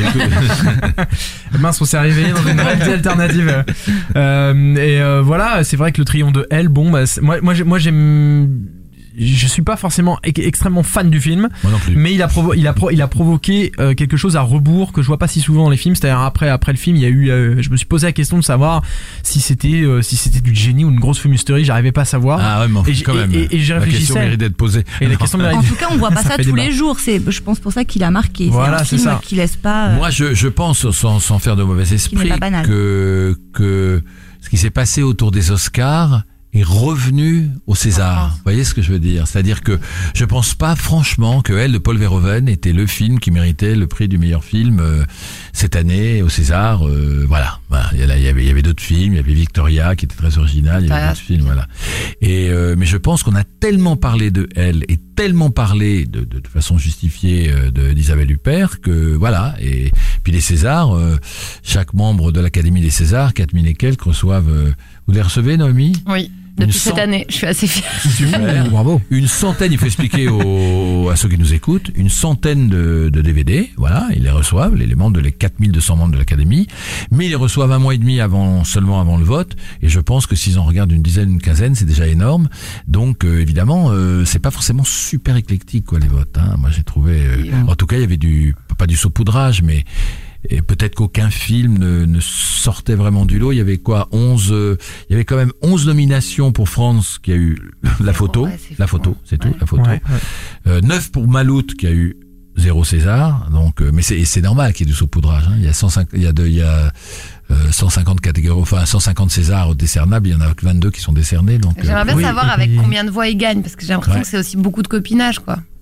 Mince, on s'est arrivé dans une réalité alternative. Euh, et euh, voilà, c'est vrai que le triomphe de Elle, bon, bah, moi, moi, moi, j'aime. Je suis pas forcément e- extrêmement fan du film, Moi non plus. mais il a, provo- il a, pro- il a provoqué euh, quelque chose à rebours que je vois pas si souvent dans les films. C'est-à-dire après, après le film, il y a eu, euh, je me suis posé la question de savoir si c'était, euh, si c'était du génie ou une grosse fumisterie. J'arrivais pas à savoir. Ah ouais, mais Et j- quand et- même. et- et j'y la question réfléchissais. mérite d'être posée. Et la question mérite- En tout cas, on voit pas Ça ça, fait tous débat. les jours. C'est, je pense pour ça qu'il a marqué. Voilà, c'est un c'est film ça. qui laisse pas. euh, Moi, je, je pense, sans, sans faire de mauvais esprit, pas banal. que, que ce qui s'est passé autour des Oscars est revenu au César. Vous voyez ce que je veux dire? C'est-à-dire que je pense pas franchement que Elle de Paul Verhoeven était le film qui méritait le prix du meilleur film euh, cette année au César. Euh, voilà. Voilà. Il y avait, il y avait, il y avait d'autres films. Il y avait Victoria qui était très original. Il y avait Ah. d'autres films. Voilà. Et euh, mais je pense qu'on a tellement parlé de Elle et tellement parlé de, de, de façon justifiée euh, de, d'Isabelle Huppert que voilà. Et puis les Césars, euh, chaque membre de l'Académie des Césars, quatre mille et quelques, reçoivent. Euh, vous les recevez, Noémie? Oui, Une depuis cette cent- année, je suis assez fière. Super. Bravo. Une centaine, il faut expliquer aux, à ceux qui nous écoutent, une centaine de, de D V D, voilà, ils les reçoivent, les, les membres de les quatre mille deux cents membres de l'Académie, mais ils les reçoivent un mois et demi avant, seulement avant le vote, et je pense que s'ils en regardent une dizaine, une quinzaine, c'est déjà énorme, donc euh, évidemment, euh, c'est pas forcément super éclectique, quoi, les votes, hein. Moi j'ai trouvé, euh, en tout cas il y avait du, pas du saupoudrage, mais et peut-être qu'aucun film ne, ne sortait vraiment du lot. Il y avait quoi, onze, euh, il y avait quand même onze nominations pour France qui a eu la photo, Ouais, c'est la fou, photo, hein. c'est tout, Ouais. la photo. Ouais, ouais. Euh, neuf pour Maloute qui a eu zéro César. Donc, euh, mais c'est, c'est normal qu'il y ait du saupoudrage. Hein. Il y a cent cinquante, il y a de, il y a euh, cent cinquante catégories, enfin cent cinquante Césars décernables. Il y en a que vingt-deux qui sont décernés. Donc, J'aimerais euh, bien oui, savoir et avec puis- combien de voix il gagne, parce que j'ai l'impression Ouais. que c'est aussi beaucoup de copinage, quoi.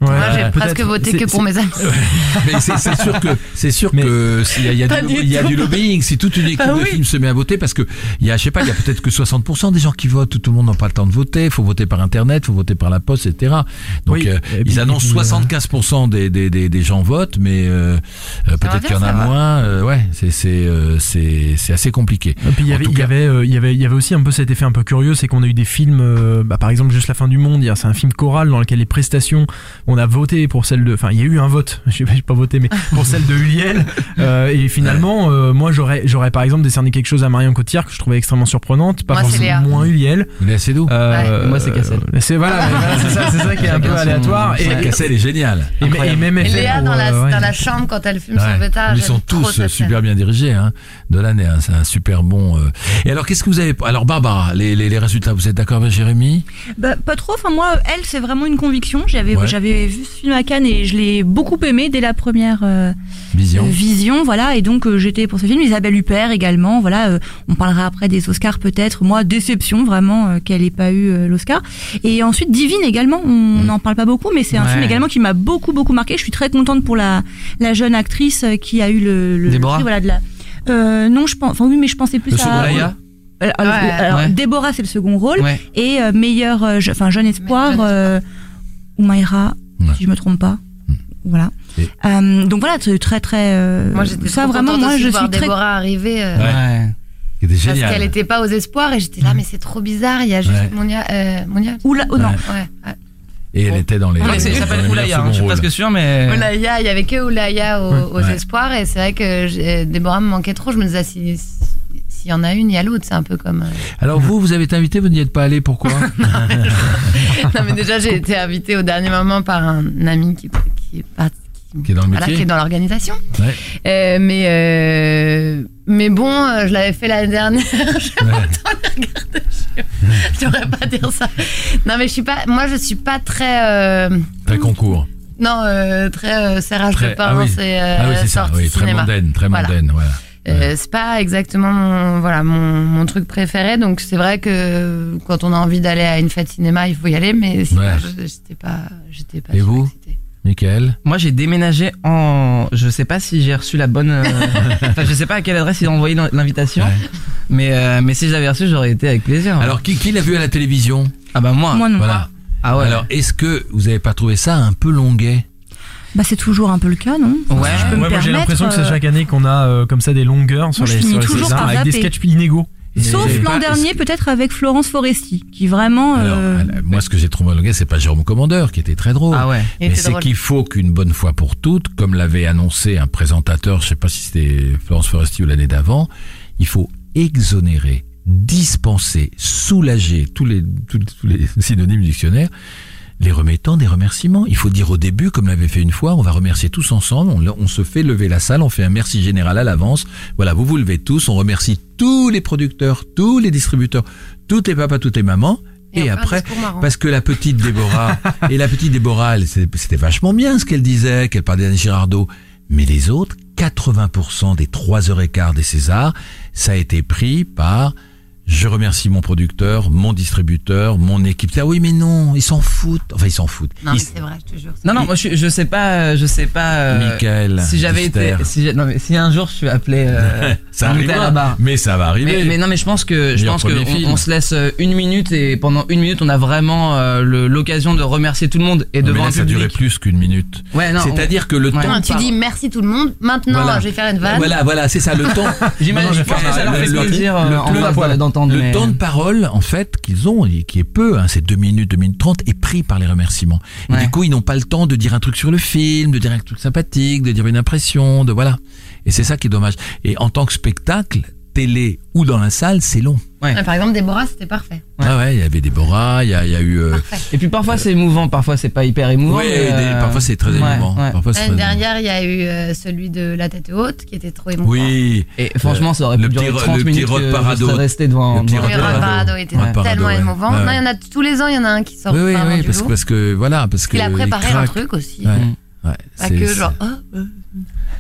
Ouais, Moi, j'ai peut-être. presque voté C'est- que pour c'est- mes amis. Mais c'est c'est sûr que c'est sûr Mais- que s'il y a, il y a Pas du, du il y a tout. du lobbying, si toute une équipe Ah de oui. films se met à voter, parce que il y a, je sais pas, il y a peut-être que soixante pour cent des gens qui votent, tout le monde n'a pas le temps de voter, faut voter par internet, faut voter par la poste, et cetera. Donc Oui. euh, Et puis- ils annoncent et puis, euh, soixante-quinze pour cent des, des, des, des gens votent, mais euh, euh, peut-être qu'il y en a bien, ça va. moins. euh, ouais, c'est c'est euh, c'est c'est assez compliqué. Et puis il y En avait, tout il y cas- avait, euh, il y avait, il y avait aussi un peu cet effet un peu curieux, c'est qu'on a eu des films, euh, bah, par exemple juste la fin du monde. il y a- C'est un film choral dans lequel les prestations, on a voté pour celle de, enfin il y a eu un vote, je sais pas, j'ai pas voté, mais pour celle de Uliel. Euh, et finalement, euh, moi j'aurais, j'aurais par exemple décerné quelque chose à Marion Cotillard que je trouvais extrêmement surprenante, pas Moi, c'est forcément Léa. moins Uliel. Il est assez doux. Euh, Ouais. Moi, c'est Cassel. euh, C'est voilà, mais voilà, c'est ça, c'est ça qui est un peu Chacun son- aléatoire. Et, La cassette est géniale. et, et, et même Et effet Léa pour, dans la, euh, ouais. dans la chambre quand elle fume son Ouais. pétard. Ils j'aime sont trop tous cette super scène. bien dirigés, hein. Dolan est un, c'est un super bon. euh. Et alors, qu'est-ce que vous avez Alors, Barbara, les, les, les résultats, vous êtes d'accord avec Jérémy? Bah, pas trop. Enfin, moi, elle, c'est vraiment une conviction. J'avais, Ouais. j'avais vu ce film à Cannes et je l'ai beaucoup aimé dès la première euh, Vision. euh, vision. Voilà. Et donc, euh, j'étais pour ce film. Isabelle Huppert également. Voilà. euh, on parlera après des Oscars peut-être. Moi, déception vraiment euh, qu'elle ait pas eu euh, l'Oscar. Et ensuite, Divine également. On n'en parle pas beaucoup, mais c'est un Ouais. film également qui m'a beaucoup, beaucoup marqué. Je suis très contente pour la, la jeune actrice euh, qui a eu le, le Déborah prix, voilà, de la. Euh, non, je pense. Enfin, oui, mais je pensais plus Le à. second Olaya Euh, alors, Ouais. alors, Ouais. Déborah, c'est le second rôle. Ouais. Et euh, meilleur, euh, je- enfin jeune espoir, Jeune euh, Oumaira, Ouais. si je me trompe pas. Voilà. Et- Euh, donc voilà, c'est très très. euh, Moi, j'étais ça trop vraiment, contente moi, aussi je de voir suis très. Déborah arriver. euh, Ouais. C'était Parce génial. qu'elle était pas aux espoirs et j'étais là, mais c'est trop bizarre. Il y a juste Ouais. Monia. Euh, Monia Oula, oh non. Ouais. Ouais. ouais. Et elle était dans les. Je crois que c'est- dans ça les s'appelle meilleurs Oulaya, hein, second je suis rôles. presque sûr, mais. Oulaya, il y avait que Oulaya aux, aux Ouais. espoirs et c'est vrai que j'ai- Déborah me manquait trop. Je me disais, si- si- s'il y en a une, il y a l'autre. C'est un peu comme. euh, Alors vous, vous avez été invité, vous n'y êtes pas allé, pourquoi? Non, mais déjà, j'ai été invitée au dernier moment par un ami qui, qui est pas. Qui est dans le Voilà, métier. qui est dans l'organisation. Ouais. Euh, mais, euh, mais bon, euh, je l'avais fait l'année dernière. J'ai Ouais. autant les regarder. Je, je devrais pas dire ça. Non, mais je suis pas. Moi, je suis pas très. euh, Très concours. non, euh, très euh, serrage Très- de pain. ah oui. C'est euh, Ah oui, c'est ça. sortie Oui, très cinéma. mondaine, très Voilà. mondaine, voilà. Euh, c'est pas exactement mon, voilà, mon, mon truc préféré. Donc, c'est vrai que quand on a envie d'aller à une fête cinéma, il faut y aller. Mais sinon, Ouais. je- j'étais pas, j'étais pas. Et vous surexcitée. Michael? Moi, j'ai déménagé en. Je sais pas si j'ai reçu la bonne. euh, Enfin, je sais pas à quelle adresse ils ont envoyé l'invitation. Ouais. Mais, euh, mais si je l'avais reçu, j'aurais été avec plaisir. Alors, qui, qui l'a vu à la télévision? Ah bah moi. Moi non. Voilà. Ah ouais. Alors, est-ce que vous avez pas trouvé ça un peu longuet? Bah c'est toujours un peu le cas, non? Ouais. Si je peux me Ouais, moi j'ai permettre, l'impression que c'est euh, chaque année qu'on a euh, comme ça des longueurs sur Moi, je les, finis sur les toujours Césars par avec des zapper. sketchs inégaux. Sauf Mais- l'an pas- dernier, peut-être avec Florence Foresti, qui vraiment. Alors, euh, elle- moi, ce que j'ai trouvé longuet, c'est pas Jérôme Commandeur, qui était très drôle. Ah ouais. Il Mais était c'est drôle. qu'il faut qu'une bonne fois pour toutes, comme l'avait annoncé un présentateur, je sais pas si c'était Florence Foresti ou l'année d'avant, il faut exonérer, dispenser, soulager, tous les, tous, tous les synonymes du dictionnaire, les remettant des remerciements. Il faut dire au début, comme l'avait fait une fois, on va remercier tous ensemble, on, on se fait lever la salle, on fait un merci général à l'avance. Voilà, vous vous levez tous, on remercie tous les producteurs, tous les distributeurs, toutes les papas, toutes les mamans. Et, on fait un après, discours marrant. parce que la petite Déborah, et la petite Déborah, elle, c'était c'était vachement bien ce qu'elle disait, qu'elle parlait d'Anne Girardot. Mais les autres, quatre-vingts pour cent des trois heures quinze des Césars, ça a été pris par je remercie mon producteur, mon distributeur, mon équipe. Ah oui, mais non, ils s'en foutent. Enfin, ils s'en foutent. Non, mais Ils- c'est vrai, je te jure. Non, non, moi je, suis- je sais pas. Je sais pas. euh, Michael, Si j'avais été. Dister. Si j'ai- non, mais si un jour je suis appelé. Euh, ça invité à la arrivera, barre. mais ça va arriver. Mais, mais non, mais je pense que je Meilleur pense que premier on, film. on se laisse euh, une minute et pendant une minute on a vraiment euh, le- l'occasion de remercier tout le monde et Non, mais devant là, un ça durait public. plus qu'une minute. Ouais, non. C'est-à-dire que le Ouais. temps. Non, tu par- dis merci tout le monde. Maintenant, Voilà. je vais faire une vanne. Voilà, voilà, c'est ça, le temps. J'imagine. Non, non, Je pense je que ça leur le- fait le- plaisir le- euh, en le- face le- d'entendre. Le mais- temps de parole, en fait, qu'ils ont, et qui est peu, hein, c'est deux minutes, deux minutes trente, est pris par les remerciements. Et Ouais. du coup, ils n'ont pas le temps de dire un truc sur le film, de dire un truc sympathique, de dire une impression, de voilà. Et c'est ça qui est dommage. Et en tant que spectacle, télé ou dans la salle, c'est long. Ouais. Ouais, par exemple, Déborah, c'était parfait. Ouais. Ah ouais, il y avait Déborah, il y a, il y a eu. euh, Parfait. Et puis parfois c'est émouvant, parfois c'est pas hyper émouvant. ouais, mais, des- euh, parfois c'est très ouais, émouvant. ouais. Parfois, c'est L'année très émouvant. dernière, il y a eu euh, celui de La tête haute qui était trop émouvant. Oui. Et franchement, ça aurait Le pu petit durer ro- trente le petit minutes Rod que Parado. je serais resté devant. Le petit devant- Oui, Rod Rod Parado. Parado était Ouais, Parado, tellement ouais. émouvant. Ouais, Non, ouais. il y en a tous les ans, il y en a un qui sort Oui, oui, vraiment oui, du parce, lot. parce que voilà, parce que Il a il préparé un craque. truc aussi. Ouais, Mm. ouais, Pas c'est- que c'est- genre, oh, euh,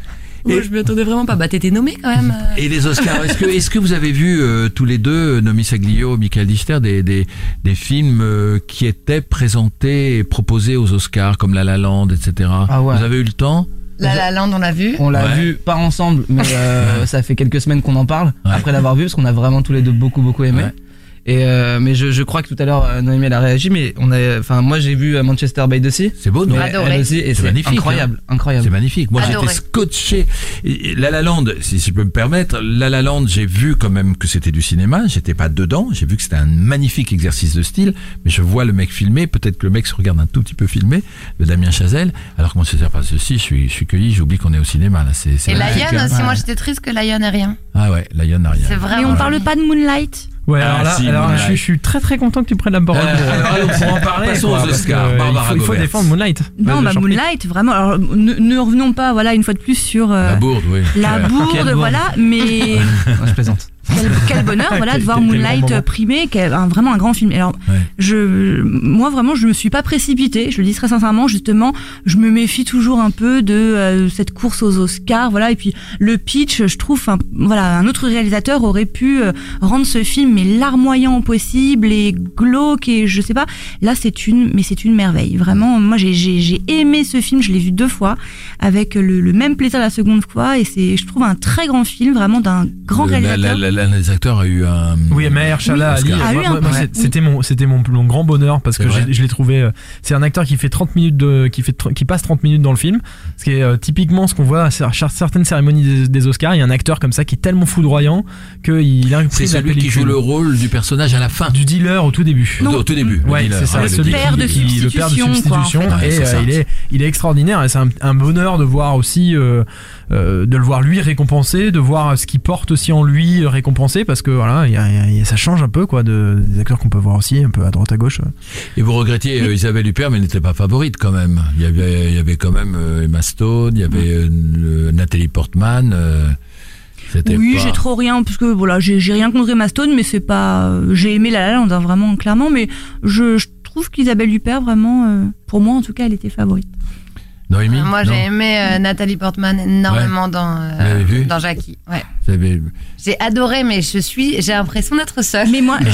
Moi, je m'y attendais vraiment pas. Bah, t'étais nommé quand même. euh. Et les Oscars, est-ce que, est-ce que vous avez vu euh, tous les deux, Noémie Saglio, Michael Dichter, des, des, des films euh, qui étaient présentés et proposés aux Oscars, comme La La Land, et cetera. Ah ouais. Vous avez eu le temps? La La Land, on l'a vu. On l'a Ouais. vu, pas ensemble, mais euh, ça fait quelques semaines qu'on en parle, Ouais. après l'avoir vu, parce qu'on a vraiment tous les deux beaucoup, beaucoup aimé. Ouais. Et euh, mais je, je crois que tout à l'heure, euh, Noémie, elle a réagi, mais on a, enfin, moi j'ai vu euh, Manchester by the Sea. C'est beau, non? Mais Adoré. elle aussi, et C'est c'est magnifique, incroyable, C'est incroyable. magnifique. Moi, Adoré. j'étais scotché. Et- et La La Land, si je peux me permettre, La La Land, j'ai vu quand même que c'était du cinéma. J'étais pas dedans. J'ai vu que c'était un magnifique exercice de style. Mais je vois le mec filmer. Peut-être que le mec se regarde un tout petit peu filmé, le Damien Chazelle. Alors que moi, c'est pas ceci. Je suis, je suis cueilli. J'oublie qu'on est au cinéma, là. C'est, c'est Et magnifique, Lion hein. aussi, Ouais. moi j'étais triste que Lion ait rien. Ah ouais, Lion n'a rien. C'est Et vraiment. on parle pas de Moonlight. Ouais, Ah, alors là, si, alors, je, Moonlight. suis- je suis très très content que tu prennes la parole Euh, pour, alors, pour en parler. passons quoi, aux parce Oscars, que, euh, Barbara il faut, il faut Govertz. défendre Moonlight. Non, Vas-y, bah j'en prie. Moonlight, vraiment. Alors, ne, ne revenons pas, voilà, une fois de plus sur euh, La bourde, oui. la Quelle bourde, bourde. voilà. Mais Non, je plaisante. quel, quel bonheur, voilà, Quel- de voir quel- quel grand Moonlight moment. primé, qui est un- vraiment un grand film. Alors, Ouais. je, moi vraiment, je me suis pas précipitée. Je le dis très sincèrement, justement, je me méfie toujours un peu de euh, cette course aux Oscars, voilà. Et puis le pitch, je trouve, un, voilà, un autre réalisateur aurait pu euh, rendre ce film mais larmoyant au possible et glauque et je sais pas. Là, c'est une, mais c'est une merveille. Vraiment, moi, j'ai, j'ai, j'ai aimé ce film. Je l'ai vu deux fois avec le, le même plaisir la seconde fois et c'est, je trouve, un très grand film, vraiment d'un grand Le- la- réalisateur. la- la- L'un des acteurs a eu un. Oui, Maher Shala Oui, Ali. Oscar. Ah, moi, oui, moi, un moi, peu. c'est- c'était mon, c'était mon, mon grand bonheur parce C'est que vrai. j'ai- je l'ai trouvé. euh, C'est un acteur qui fait trente minutes de, qui fait, tr- qui passe trente minutes dans le film. Ce qui est euh, typiquement ce qu'on voit à cer- certaines cérémonies des, des Oscars. Il y a un acteur comme ça qui est tellement foudroyant qu'il a C'est pris la celui qui joue pellicule. le rôle du personnage à la fin. Du dealer au tout début. Au, au tout début. le Ouais, dealer. c'est ça. Ah, le celui dealer. père de qui- qui- le père de substitution, quoi, en substitution. fait. Ouais, et c'est euh, ça. il est, il est extraordinaire. Et c'est un, un bonheur de voir aussi, euh, euh, de le voir lui récompensé, de voir ce qu'il porte aussi en lui récompensé, parce que voilà, il y a- il y a- il y a- ça change un peu quoi de des acteurs qu'on peut voir aussi un peu à droite à gauche. Et vous regrettiez euh, Isabelle Huppert, mais elle n'était pas favorite quand même. Il y avait, il y avait quand même euh, Emma Stone, il y avait euh, le- Nathalie Portman. euh, c'était Oui, pas... j'ai trop rien parce que voilà, j'ai j'ai rien contre Emma Stone, mais c'est pas. euh, J'ai aimé La La Land hein, vraiment clairement, mais je, je trouve qu'Isabelle Huppert vraiment, euh, pour moi en tout cas, elle était favorite. Noémie, Moi, non j'ai aimé euh, Nathalie Portman énormément dans, euh, Vous l'avez vu dans Jackie. Ouais. Vous avez- J'ai adoré, mais je suis, j'ai l'impression d'être seule. Mais moi,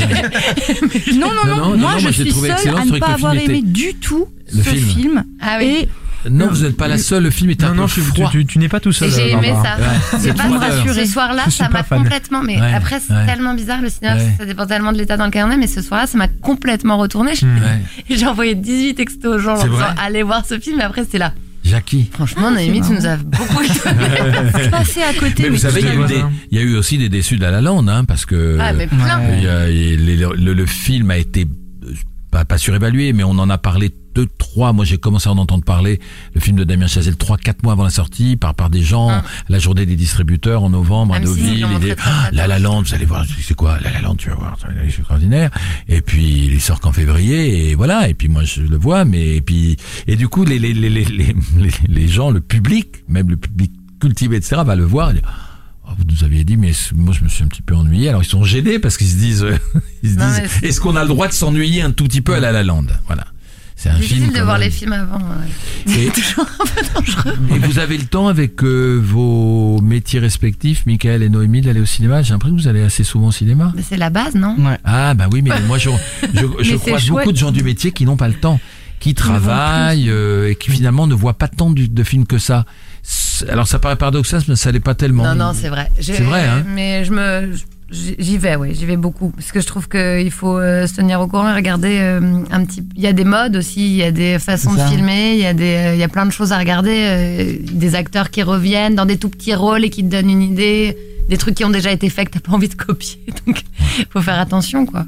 je- non, non, non, Non, non, non, moi non, je moi, j'ai suis trouvé seule excellent, à c'est ne vrai pas que le avoir film aimé était- du tout Le ce film. film. Ah oui. Et Non, Non. vous n'êtes pas la seule. Le film est un Non, peu non, tu, froid. tu, tu n'es pas tout seul. Et j'ai euh, aimé Barbara. ça. Ouais, C'est c'est pas trop me d'heures. rassurer. Ce soir-là, Je suis ça pas m'a fan. complètement. Mais Ouais, après, c'est ouais. tellement bizarre le cinéma. Ouais. Ça dépend tellement de l'état dans lequel on est. Mais ce soir-là, ça m'a complètement retourné. Hmm. Ouais. J'ai envoyé dix-huit textos aux gens en C'est disant vrai allez voir ce film. Et après, c'était là. Jackie. Franchement, Ah, Noémie, c'est tu nous as beaucoup étonné. passer à côté. Mais vous savez, il y, a eu voilà. des- il y a eu aussi des déçus de La La Land, hein, parce que Ah, mais plein. Ouais. il y a- il- le, le- le film a été euh, pas, pas surévalué, mais on en a parlé deux, trois. Moi, j'ai commencé à en entendre parler. Le film de Damien Chazelle, trois, quatre mois avant la sortie, par par des gens, Hum. la journée des distributeurs en novembre à M six, ils Deauville. l'ont et des- montré très, Ah, très La La tôt. Land, vous allez voir, c'est quoi La La Land, tu vas voir, c'est extraordinaire. Et puis il sort qu'en février, et voilà. Et puis moi, je le vois, mais et puis et du coup, les les les les les, les, les gens, le public, même le public cultivé, et cetera, va le voir. Et dire, oh, vous nous aviez dit, mais moi je me suis un petit peu ennuyé. Alors ils sont gênés parce qu'ils se disent, euh, ils se Non, disent, mais c'est- est-ce qu'on a le droit de s'ennuyer un tout petit peu à La La Land? Voilà. C'est un Difficile film. de quand voir même. les films avant. ouais. Et, Toujours un peu dangereux. et vous avez le temps avec euh, vos métiers respectifs, Michael et Noémie, d'aller au cinéma. J'ai l'impression que vous allez assez souvent au cinéma. Mais c'est la base, non Ouais. Ah bah oui, mais moi je, je, je c'est croise chouette. beaucoup de gens du métier qui n'ont pas le temps, qui travaillent euh, et qui finalement ne voient pas tant du- de films que ça. C'est- Alors ça paraît paradoxal, mais ça l'est pas tellement. Non, non, c'est vrai. J'ai- C'est vrai, hein. Mais je me, j'y j'y vais, oui, j'y vais beaucoup, parce que je trouve qu'il faut euh, se tenir au courant et regarder euh, un petit. Il y a des modes aussi, il y a des façons de C'est ça. filmer, il y a des, euh, il y a plein de choses à regarder, euh, des acteurs qui reviennent dans des tout petits rôles et qui te donnent une idée, des trucs qui ont déjà été faits que t'as pas envie de copier, donc faut faire attention, quoi.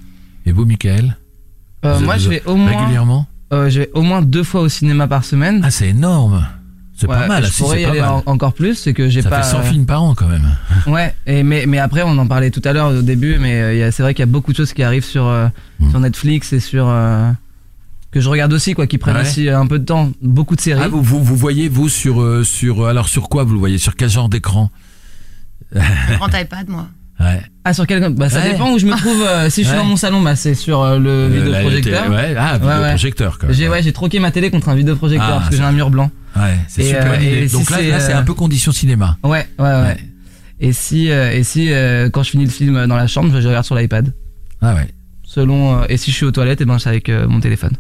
Et vous, Michael Euh, Vous- moi, vous- je vais au moins, régulièrement. euh, je vais au moins deux fois au cinéma par semaine. Ah, c'est énorme. C'est Ouais, pas mal. Je si, pourrais c'est y pas aller mal. en- encore plus, c'est que j'ai Ça pas. fait cent euh, films par an quand même. Ouais, et mais mais après on en parlait tout à l'heure au début, mais euh, il y a- c'est vrai qu'il y a beaucoup de choses qui arrivent sur euh, Mm. sur Netflix et sur euh, que je regarde aussi quoi, qui prennent Ouais. aussi un peu de temps, beaucoup de séries. Ah, vous, vous, vous voyez, vous, sur, euh, sur. Alors, sur quoi vous le voyez? Sur quel genre d'écran? Grand iPad, moi. Ouais. Ah, sur quel bah ça Ouais. dépend où je me trouve. euh, si je suis Ouais. dans mon salon, bah c'est sur euh, le Euh, la- vidéoprojecteur. la télé- Ouais, ah, Ouais, ouais. vidéoprojecteur, quoi. J'ai ouais, j'ai troqué ma télé contre un vidéoprojecteur Ah, parce que ça- j'ai un mur blanc. Ouais, c'est Et, super euh, idée. et Donc si là, c'est, là, c'est euh, un peu condition cinéma. Ouais, ouais, ouais. Ouais. Et si euh, et si euh, quand je finis le film dans la chambre, je regarde sur l'iPad. Ah ouais. Selon euh, et si je suis aux toilettes, et ben c'est avec euh, mon téléphone.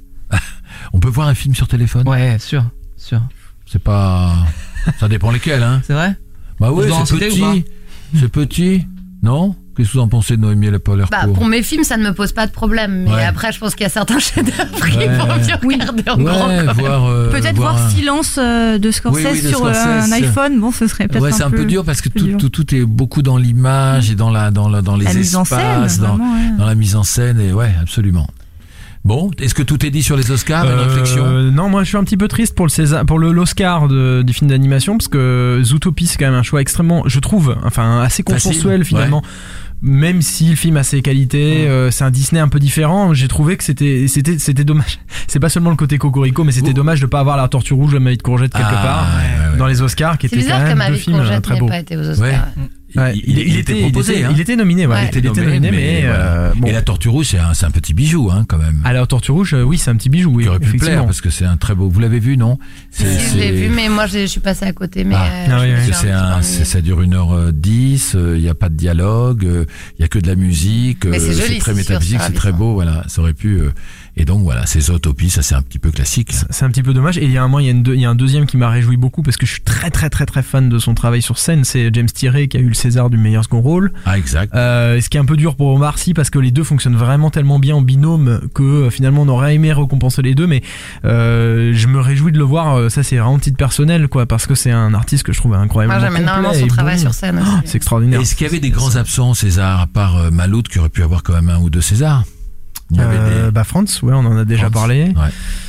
On peut voir un film sur téléphone? Ouais, sûr, sûr. C'est pas. Ça dépend lesquels, hein. C'est vrai? Bah Je ouais, dois en c'est citer ou petit. C'est petit. Non? Qu'est-ce que vous en pensez, Noémie et Paul Bah, pour mes films, ça ne me pose pas de problème. Mais Ouais. après, je pense qu'il y a certains chefs-d'œuvre qui Ouais. vont mieux regarder en grand. Ouais, quand même. voir. euh, Peut-être voir un- Silence euh, de Scorsese Oui, oui, de sur euh, un Scorsese. iPhone. Bon, ce serait peut-être Ouais, c'est un peu dur parce que tout, dur. tout, tout est beaucoup dans l'image et dans la, dans la, dans les La mise en espaces, scène, dans, vraiment, ouais. dans la mise en scène et ouais, absolument. Bon, est-ce que tout est dit sur les Oscars? Une Euh, réflexion? non, moi je suis un petit peu triste pour le César, pour le l'Oscar de, du film d'animation parce que Zootopie c'est quand même un choix extrêmement, je trouve, enfin assez Facile, consensuel finalement. Même si le film a ses qualités, euh, c'est un Disney un peu différent. J'ai trouvé que c'était c'était c'était dommage. C'est pas seulement le côté cocorico, mais c'était Oh. dommage de pas avoir la Tortue Rouge, Ma vie de courgette quelque Ah, part ouais, ouais, dans ouais. les Oscars, qui C'est étaient quand bizarre que même Ma deux vie de films euh, courgette très n'ait beaux. pas été aux Ouais. Oscars. Ouais, il, il était proposé, il était, hein. il était nominé, ouais, Ouais. il, était, il était nominé, mais, voilà. euh, bon. Et la Tortue Rouge, c'est un, c'est un petit bijou, hein, quand même. À la Tortue Rouge, euh, oui, c'est un petit bijou, oui, Qui aurait pu plaire effectivement. parce que c'est un très beau. Vous l'avez vu, non? Si, je l'ai vu, mais moi, j'ai- je suis passée à côté. Mais Ah. euh, Ah oui, je me oui. suis C'est un un, petit peu c'est- ennuyée. ça dure une heure dix, il n'y a pas de dialogue, il y a que de la musique, Mais c'est euh, joli, très c'est sûr, métaphysique, c'est c'est très ravissant. beau, voilà, ça aurait pu. euh, et donc voilà, ces Zootopie, ça c'est un petit peu classique. C'est- C'est un petit peu dommage. Et il y a un moment, il y a, une deux- il y a un deuxième qui m'a réjoui beaucoup parce que je suis très très très très fan de son travail sur scène. C'est James Tiré qui a eu le César du meilleur second rôle. Ah exact. Euh, ce qui est un peu dur pour Omar Sy parce que les deux fonctionnent vraiment tellement bien en binôme que euh, finalement on aurait aimé récompenser les deux. Mais euh, je me réjouis de le voir. euh, Ça c'est vraiment titre personnel quoi, parce que c'est un artiste que je trouve incroyablement Moi, j'aime énormément complet son et travail bon. sur scène aussi. Oh, c'est extraordinaire. Est-ce qu'il y avait des grands absents au César, à part euh, Maloute qui aurait pu avoir quand même un ou deux Césars? Il y avait Euh, des. Bah France, ouais, on en a déjà France, parlé. Ouais,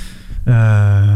Euh...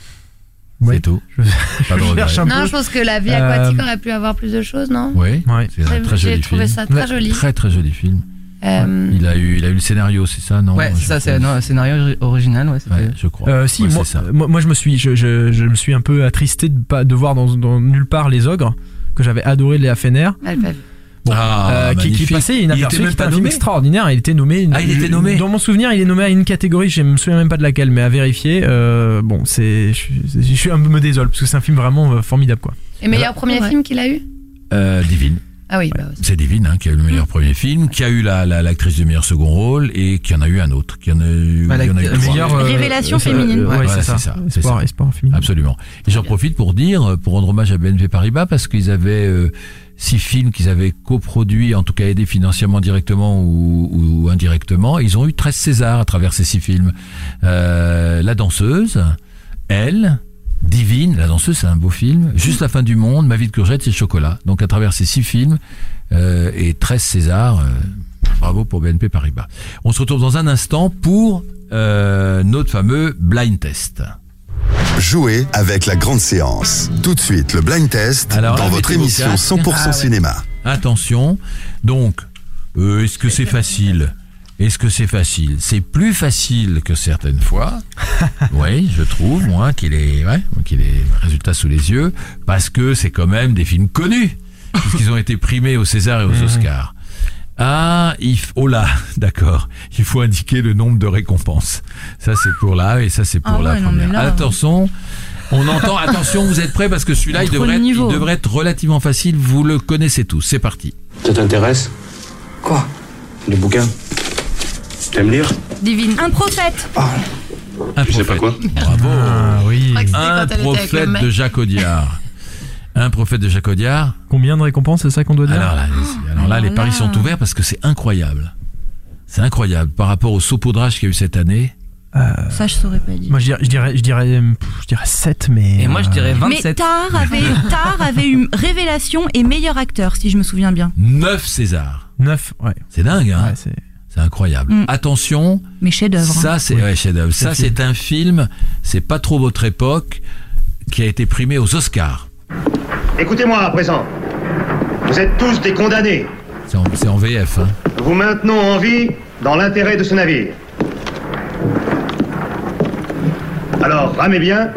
c'est ouais. tout. Je- Pas de je regret. cherche un Non, peu. je pense que La vie Euh, aquatique aurait pu avoir plus de choses, non? Oui, Ouais. c'est un J'ai- très J'ai joli trouvé film. ça très Ouais. joli. Très très joli film. Euh, Il a eu, il a eu le scénario, c'est ça, non? Ouais, Je c'est ça, c'est pense. un scénario ori- original, ouais. c'était- Ouais, je crois. Euh, si, Ouais, moi, c'est ça. moi, moi, je me suis, je, je, je me suis un peu attristé de pas de voir dans, dans nulle part Les Ogres que j'avais adoré, Léa Fener, elle pas vu. bon, Ah, euh, qui, qui magnifique. passait Il inaperçu, était même qui était pas un film nommé extraordinaire. Il était nommé. Ah, il était nommé. Dans mon souvenir, il est nommé à une catégorie. Je me souviens même pas de laquelle, mais à vérifier. Euh, bon, c'est, je, suis- je suis un peu me désole parce que c'est un film vraiment euh, formidable, quoi. Et meilleur premier Ouais. film qu'il a eu? Euh, Divine. Ah oui, bah aussi. C'est Divine hein, qui a eu le meilleur premier film, qui a eu la, la, l'actrice du meilleur second rôle et qui en a eu un autre. Qui en a eu, Bah, il y en a eu la- trois. Meilleur, euh, Révélation euh, féminine. euh, ouais, Voilà, c'est ça. c'est ça, c'est Espoir, ça. espoir féminin. Absolument. Et j'en profite pour dire, pour rendre hommage à B N P Paribas, parce qu'ils avaient euh, six films qu'ils avaient coproduits, en tout cas aidés financièrement directement ou, ou indirectement. Ils ont eu treize Césars à travers ces six films. Euh, La danseuse, Elle, Divine, La danseuse c'est un beau film, Juste la fin du monde, Ma vie de courgette et Chocolat. Donc à travers ces six films euh, et treize Césars, euh, bravo pour B N P Paribas. On se retrouve dans un instant pour euh, notre fameux blind test. Jouez avec la grande séance. Tout de suite, le blind test Alors là, dans votre mettez vos émission casques. cent pour cent Ah ouais. cinéma. Attention, donc, euh, est-ce que c'est facile? Est-ce que c'est facile? C'est plus facile que certaines fois. Oui, je trouve, moi, qu'il est, ouais, qu'il ait résultats sous les yeux, parce que c'est quand même des films connus, puisqu'ils ont été primés aux César et aux Oscars. Ah, il f- oh là, d'accord. Il faut indiquer le nombre de récompenses. Ça c'est pour là et ça c'est pour Ah la ouais, non, mais première. là- Attention, on entend. Attention, vous êtes prêts parce que celui-là il Entre devrait, le être, il niveau. devrait être relativement facile. Vous le connaissez tous. C'est parti. Ça t'intéresse? Quoi? Les bouquins? T'aimes lire? Divine. Un prophète. Un Tu sais pas quoi? Bravo. Ah oui. Je crois que c'était Un quand elle était avec le prophète mec. de Jacques Audiard. Un prophète de Jacques Audiard. Combien de récompenses, c'est ça qu'on doit dire? Alors là, allez-y. alors là, alors les paris là. sont ouverts parce que c'est incroyable. C'est incroyable par rapport au saupoudrage qu'il y a eu cette année. Ça, je saurais pas dire. Moi, je dirais, je dirais, je dirais, pff, je dirais sept, mais. Et moi je euh, dirais Mais vingt-sept. Tar avait, Tar avait eu Révélation et meilleur acteur, si je me souviens bien. neuf Césars. neuf, ouais. C'est dingue, hein? Ouais, c'est. C'est incroyable. Mm. Attention, Mais chef-d'œuvre. hein. ça c'est Oui. ouais, chef-d'œuvre. Ça C'est c'est un film, c'est pas trop votre époque, qui a été primé aux Oscars. Écoutez-moi à présent. Vous êtes tous des condamnés. C'est en, c'est en V F. Hein. Nous vous maintenons en vie dans l'intérêt de ce navire. Alors, ramez bien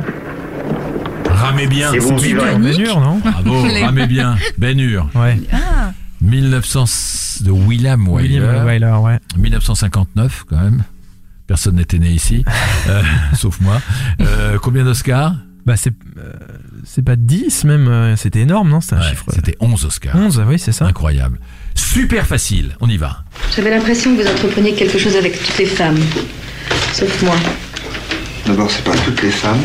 Ramez bien. et vous c'est vivrez. Ben Hur, non? Bravo, Les- ramez bien. Ben Hur. Ouais. Ah, mille neuf cents de William Wyler. William Wyler, ouais. mille neuf cent cinquante-neuf, quand même. Personne n'était né ici, euh, sauf moi. Euh, combien d'Oscars? Bah, c'est, euh, c'est pas dix même, euh, c'était énorme, non? C'était un Ouais, chiffre. C'était onze Oscars. onze, oui, c'est ça. Incroyable. Super facile, on y va. J'avais l'impression que vous entrepreniez quelque chose avec toutes les femmes, sauf moi. D'abord, c'est pas toutes les femmes.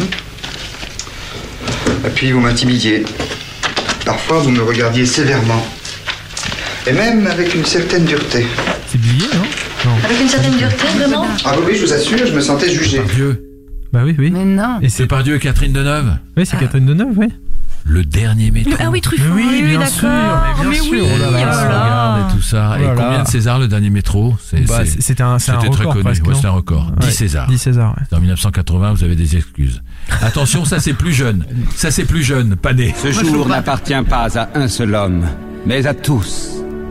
Et puis, vous m'intimidiez. Parfois, vous me regardiez sévèrement. Et même avec une certaine dureté. C'est Blier, non? Non. Avec une certaine dureté, vraiment? Ah oui, oui, je vous assure, je me sentais jugé. Dieu. Bah oui, oui. Mais non. Et c'est par Dieu et Catherine Deneuve. Oui, c'est Catherine Deneuve, oui. Le dernier métro. Ah oui, Truffaut. Mais oui, oui, bien d'accord. sûr, mais bien Mais sûr. oui, Oh là là, oh là là. Regarde et tout ça. Oh Et là combien là. de César le dernier métro? C'est, Bah, c'est- c'était un, c'est un C'était record très connu. presque, Ouais, non? c'est un record. Ouais, dix Césars. dix Césars, ouais. C'est en mille neuf cent quatre-vingts, vous avez des excuses. Attention, ça c'est plus jeune. Ça c'est plus jeune, pas né. Ce jour n'appartient pas à un seul homme, mais à tous.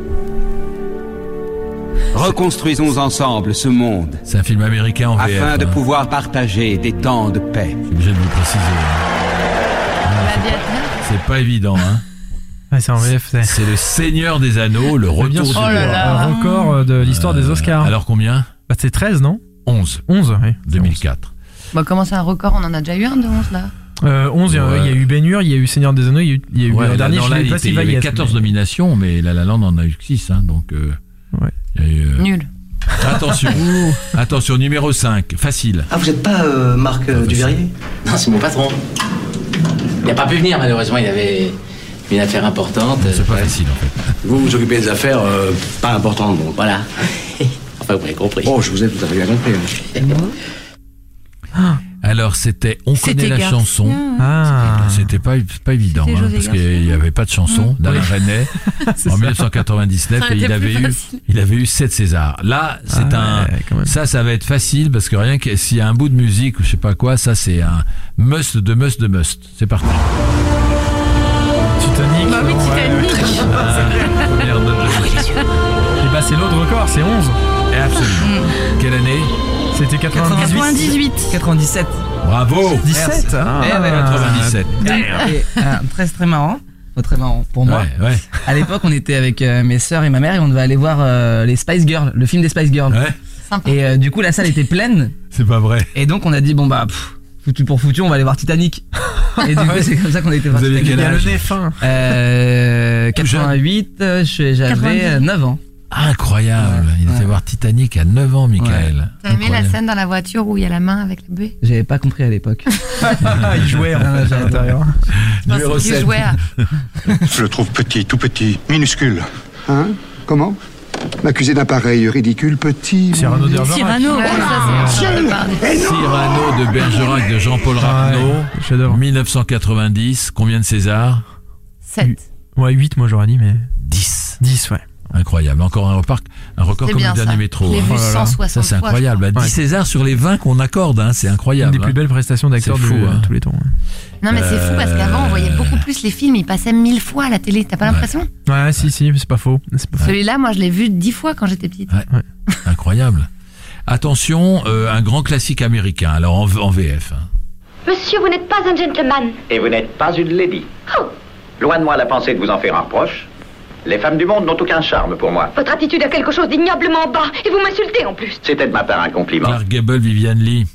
Reconstruisons ensemble ce monde. C'est un film américain en V F. Afin de hein. pouvoir partager des temps de paix. Je suis obligé de vous préciser. C'est pas évident, hein. Ouais, c'est en V F, c'est. C'est le Seigneur des Anneaux, le retour Bien du sûr, roi. un record de l'histoire des Oscars. Alors combien? Bah, c'est treize, non? onze. onze, oui. deux mille quatre. Bah, comment c'est un record? On en a déjà eu un de onze là. Euh, onze, il y a- Ouais. il y a eu Ben-Hur, il y a eu Seigneur des Anneaux, il y a eu, il y a eu Ouais, le là, dernier, non, je là, sais il, pas était- s'il il y va y avait être, quatorze mais- nominations, mais La La Land en a eu six, hein, donc. Euh, Ouais. il y a eu, euh, Nul. Attention, attention, numéro cinq, facile. Ah, vous n'êtes pas euh, Marc euh, Duverrier? Non, c'est mon patron. Il n'a pas pu venir, malheureusement, il avait une affaire importante. C'est pas facile, en fait. Vous vous occupez des affaires euh, pas importantes, bon. Voilà. Enfin, vous avez compris. Oh, je vous ai tout à fait bien compris. Ah. Alors, c'était On connaît C'était la Garcia. chanson. Ah. C'était pas, pas évident, C'était hein, José parce Garcia. qu'il n'y avait pas de chanson d'Alain Resnais C'est en ça. dix-neuf cent quatre-vingt-dix-neuf Ça et il aurait été avait, plus eu, facile. il avait eu sept Césars. Là, c'est Ah un. ouais, quand même. Ça, ça va être facile parce que rien que s'il y a un bout de musique ou je sais pas quoi, ça c'est un must de must de must. C'est parti. Titanic. Bah oui, non, ouais, Titanic. ouais. Ah, première note de musique. Et bah, c'est l'autre record, c'est onze. Et absolument. Quelle année? C'était quatre-vingt-dix-huit. quatre-vingt-dix-huit. quatre-vingt-dix-sept. Bravo. dix-sept. Ah. Eh ouais, quatre-vingt-dix-sept. Et, euh, très très marrant. Oh, très marrant pour moi. Ouais, ouais. À l'époque, on était avec euh, mes sœurs et ma mère et on devait aller voir euh, les Spice Girls, le film des Spice Girls. Ouais. Sympa. Et euh, du coup, la salle était pleine. C'est pas vrai. Et donc, on a dit bon bah pff, foutu pour foutu, on va aller voir Titanic. Et du coup, c'est comme ça qu'on a été voir Vous avez Titanic. quel Il y a le âge? nez fin. Euh, quatre-vingt-huit, euh, je- j'avais quatre-vingt-dix. neuf ans. Incroyable. Il Ouais. était voir Titanic à neuf ans, Michael. T'as aimé la Incroyable. scène dans la voiture où il y a la main avec le bébé? J'avais pas compris à l'époque. Il jouait en fait, à l'intérieur. Non, Numéro c'est qu'il sept. jouait à... Je le trouve petit, tout petit, minuscule. Hein? Comment? M'accuser d'un pareil ridicule petit. Cyrano de Bergerac. Cyrano. Ouais, ça, c'est un Depardieu. Cyrano de Bergerac de Jean-Paul Rapneau. Ouais, chef-d'œuvre. mille neuf cent quatre-vingt-dix. Combien de Césars? sept. Ouais, huit, moi j'aurais dit, mais. dix. dix, ouais. Incroyable. Encore un record, un record C'est comme bien le dernier ça. métro. Je l'ai hein. vu Oh là là. cent soixante Ça, c'est fois, incroyable. je Bah, Ouais. dix Césars sur les vingt qu'on accorde, hein. C'est Une incroyable. des plus belles prestations d'acteurs C'est de fou, hein. tous les temps. Non, mais c'est fou parce qu'avant, on voyait beaucoup plus les films. Ils passaient mille fois à la télé. T'as pas Ouais. l'impression? Ouais, si, si, c'est pas faux. C'est pas faux. Celui-là, moi, je l'ai vu dix fois quand j'étais petite. Ouais. Incroyable. Attention, euh, un grand classique américain. Alors en, en V F. hein. Monsieur, vous n'êtes pas un gentleman. Et vous n'êtes pas une lady. Oh, Loin de moi la pensée de vous en faire un reproche. Les femmes du monde n'ont aucun charme pour moi. votre attitude a quelque chose d'ignoblement bas et vous m'insultez en plus. C'était de ma part un compliment. Clark Gable, Vivian Lee.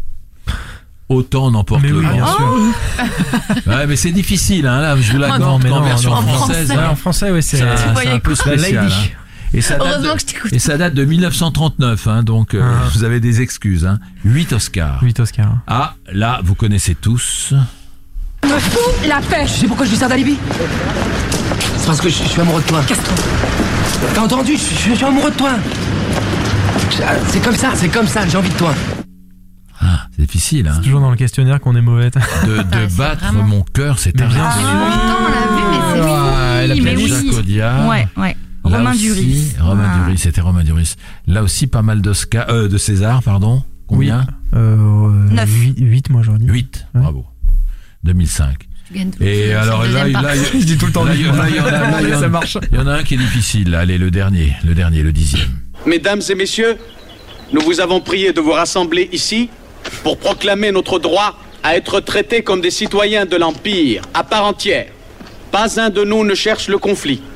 Autant n'emporte Mais le oui, vent. bien sûr. Ouais, mais c'est difficile, hein, là, je vous Oh l'accorde, non, mais en non, version non, française. Ouais, hein. en français, ouais, c'est C'est un, Tu c'est voyais un peu quoi? La spécial. lady. hein. Et ça date Heureusement de, que je t'écoute. et ça date de mille neuf cent trente-neuf, hein, donc euh, Ah. vous avez des excuses. Hein. huit Oscars. huit Oscars. Ah, là, vous connaissez tous. Me fout la pêche. Tu sais pourquoi je dis ça d'alibi? C'est parce que je, je suis amoureux de toi. Casse-toi. T'as entendu? je, je- je suis amoureux de toi. Je- ah, C'est comme ça, c'est comme ça, j'ai envie de toi. Ah, c'est difficile, hein. C'est toujours dans le questionnaire qu'on est mauvais. De, de c'est battre vraiment- mon cœur, c'est Mais terrible. bien sûr. Longtemps, on l'a vu, mais c'est Ah, la Oui, mais pianiste. oui. Jacques Audiard. Ouais, ouais. Là Romain aussi, Duris. Romain Ah. Duris, c'était Romain Duris. Là aussi, pas mal d'Oscars, euh, de César, pardon. Combien? Euh, Neuf. huit, moi j'aurais dit. huit. Ouais. Bravo. deux mille cinq. Tu gagnes tout. Et C'est alors le là, deuxième là, parti. il- Je dis tout le temps là, huit, il y en a- moi. il y en a- là, il y en a- Ça marche. il y en a un qui est difficile. Allez, le dernier, le dernier, le dixième. Mesdames et messieurs, nous vous avons prié de vous rassembler ici pour proclamer notre droit à être traités comme des citoyens de l'Empire à part entière. Pas un de nous ne cherche le conflit.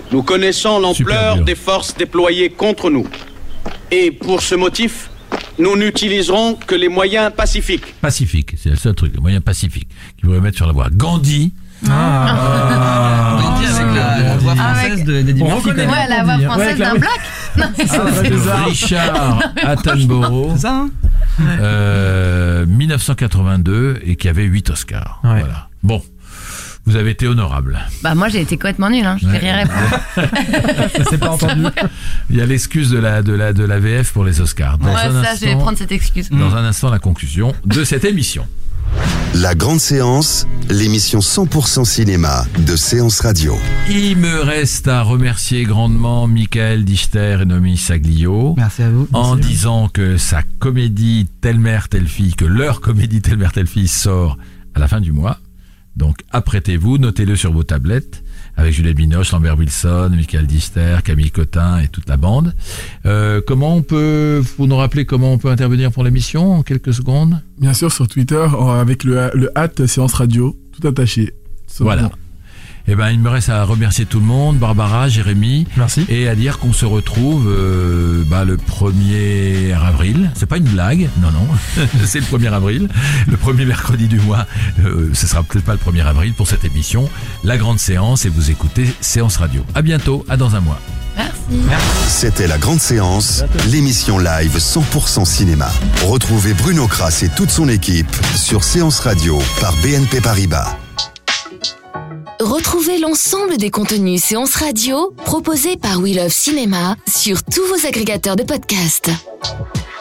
Nous connaissons l'ampleur dur. des forces déployées contre nous. Et pour ce motif, nous n'utiliserons que les moyens pacifiques. Pacifique, c'est le seul truc, le moyen pacifique qui pourrait mettre sur la voie. Gandhi. Ah. Gandhi avec la, la voix française de d'Eddie On Murphy. reconnaît Ouais, la voix Ouais, française avec la- d'un bloc. Non, Ah, Richard Attenborough. C'est ça, hein euh, mille neuf cent quatre-vingt-deux et qui avait huit Oscars. Ouais. Voilà. Bon, vous avez été honorable. Bah moi j'ai été complètement nulle, hein. Je vais Ouais. rien répondre. Ça s'est pas entendu. Il y a l'excuse de la, de, la, de la V F pour les Oscars. Dans, Ouais, un ça je vais instant, prendre cette excuse. dans un instant, la conclusion de cette émission. La grande séance, l'émission cent pour cent cinéma de Séance Radio. Il me reste à remercier grandement Michael Dichter et Noémie Saglio. Merci à vous. En Merci. disant que sa comédie Telle mère, telle fille, que leur comédie Telle mère, telle fille sort à la fin du mois. Donc apprêtez-vous, notez-le sur vos tablettes, avec Juliette Binoche, Lambert Wilson, Michael Dichter, Camille Cotin et toute la bande. Euh, comment on peut, vous nous rappelez comment on peut intervenir pour l'émission en quelques secondes? Bien sûr, sur Twitter, euh, avec le, le hâte Séance Radio, tout attaché. Sur- Voilà. Eh ben, il me reste à remercier tout le monde, Barbara, Jérémy. Merci. Et à dire qu'on se retrouve euh, bah, le premier avril. C'est pas une blague, non, non. C'est le premier avril. Le premier mercredi du mois. Euh, ce sera peut-être pas le premier avril pour cette émission. La grande séance et vous écoutez Séance Radio. À bientôt, à dans un mois. Merci. C'était La Grande Séance, l'émission live cent pour cent cinéma. Retrouvez Bruno Kras et toute son équipe sur Séance Radio par B N P Paribas. Retrouvez l'ensemble des contenus séances radio proposés par We Love Cinéma sur tous vos agrégateurs de podcasts.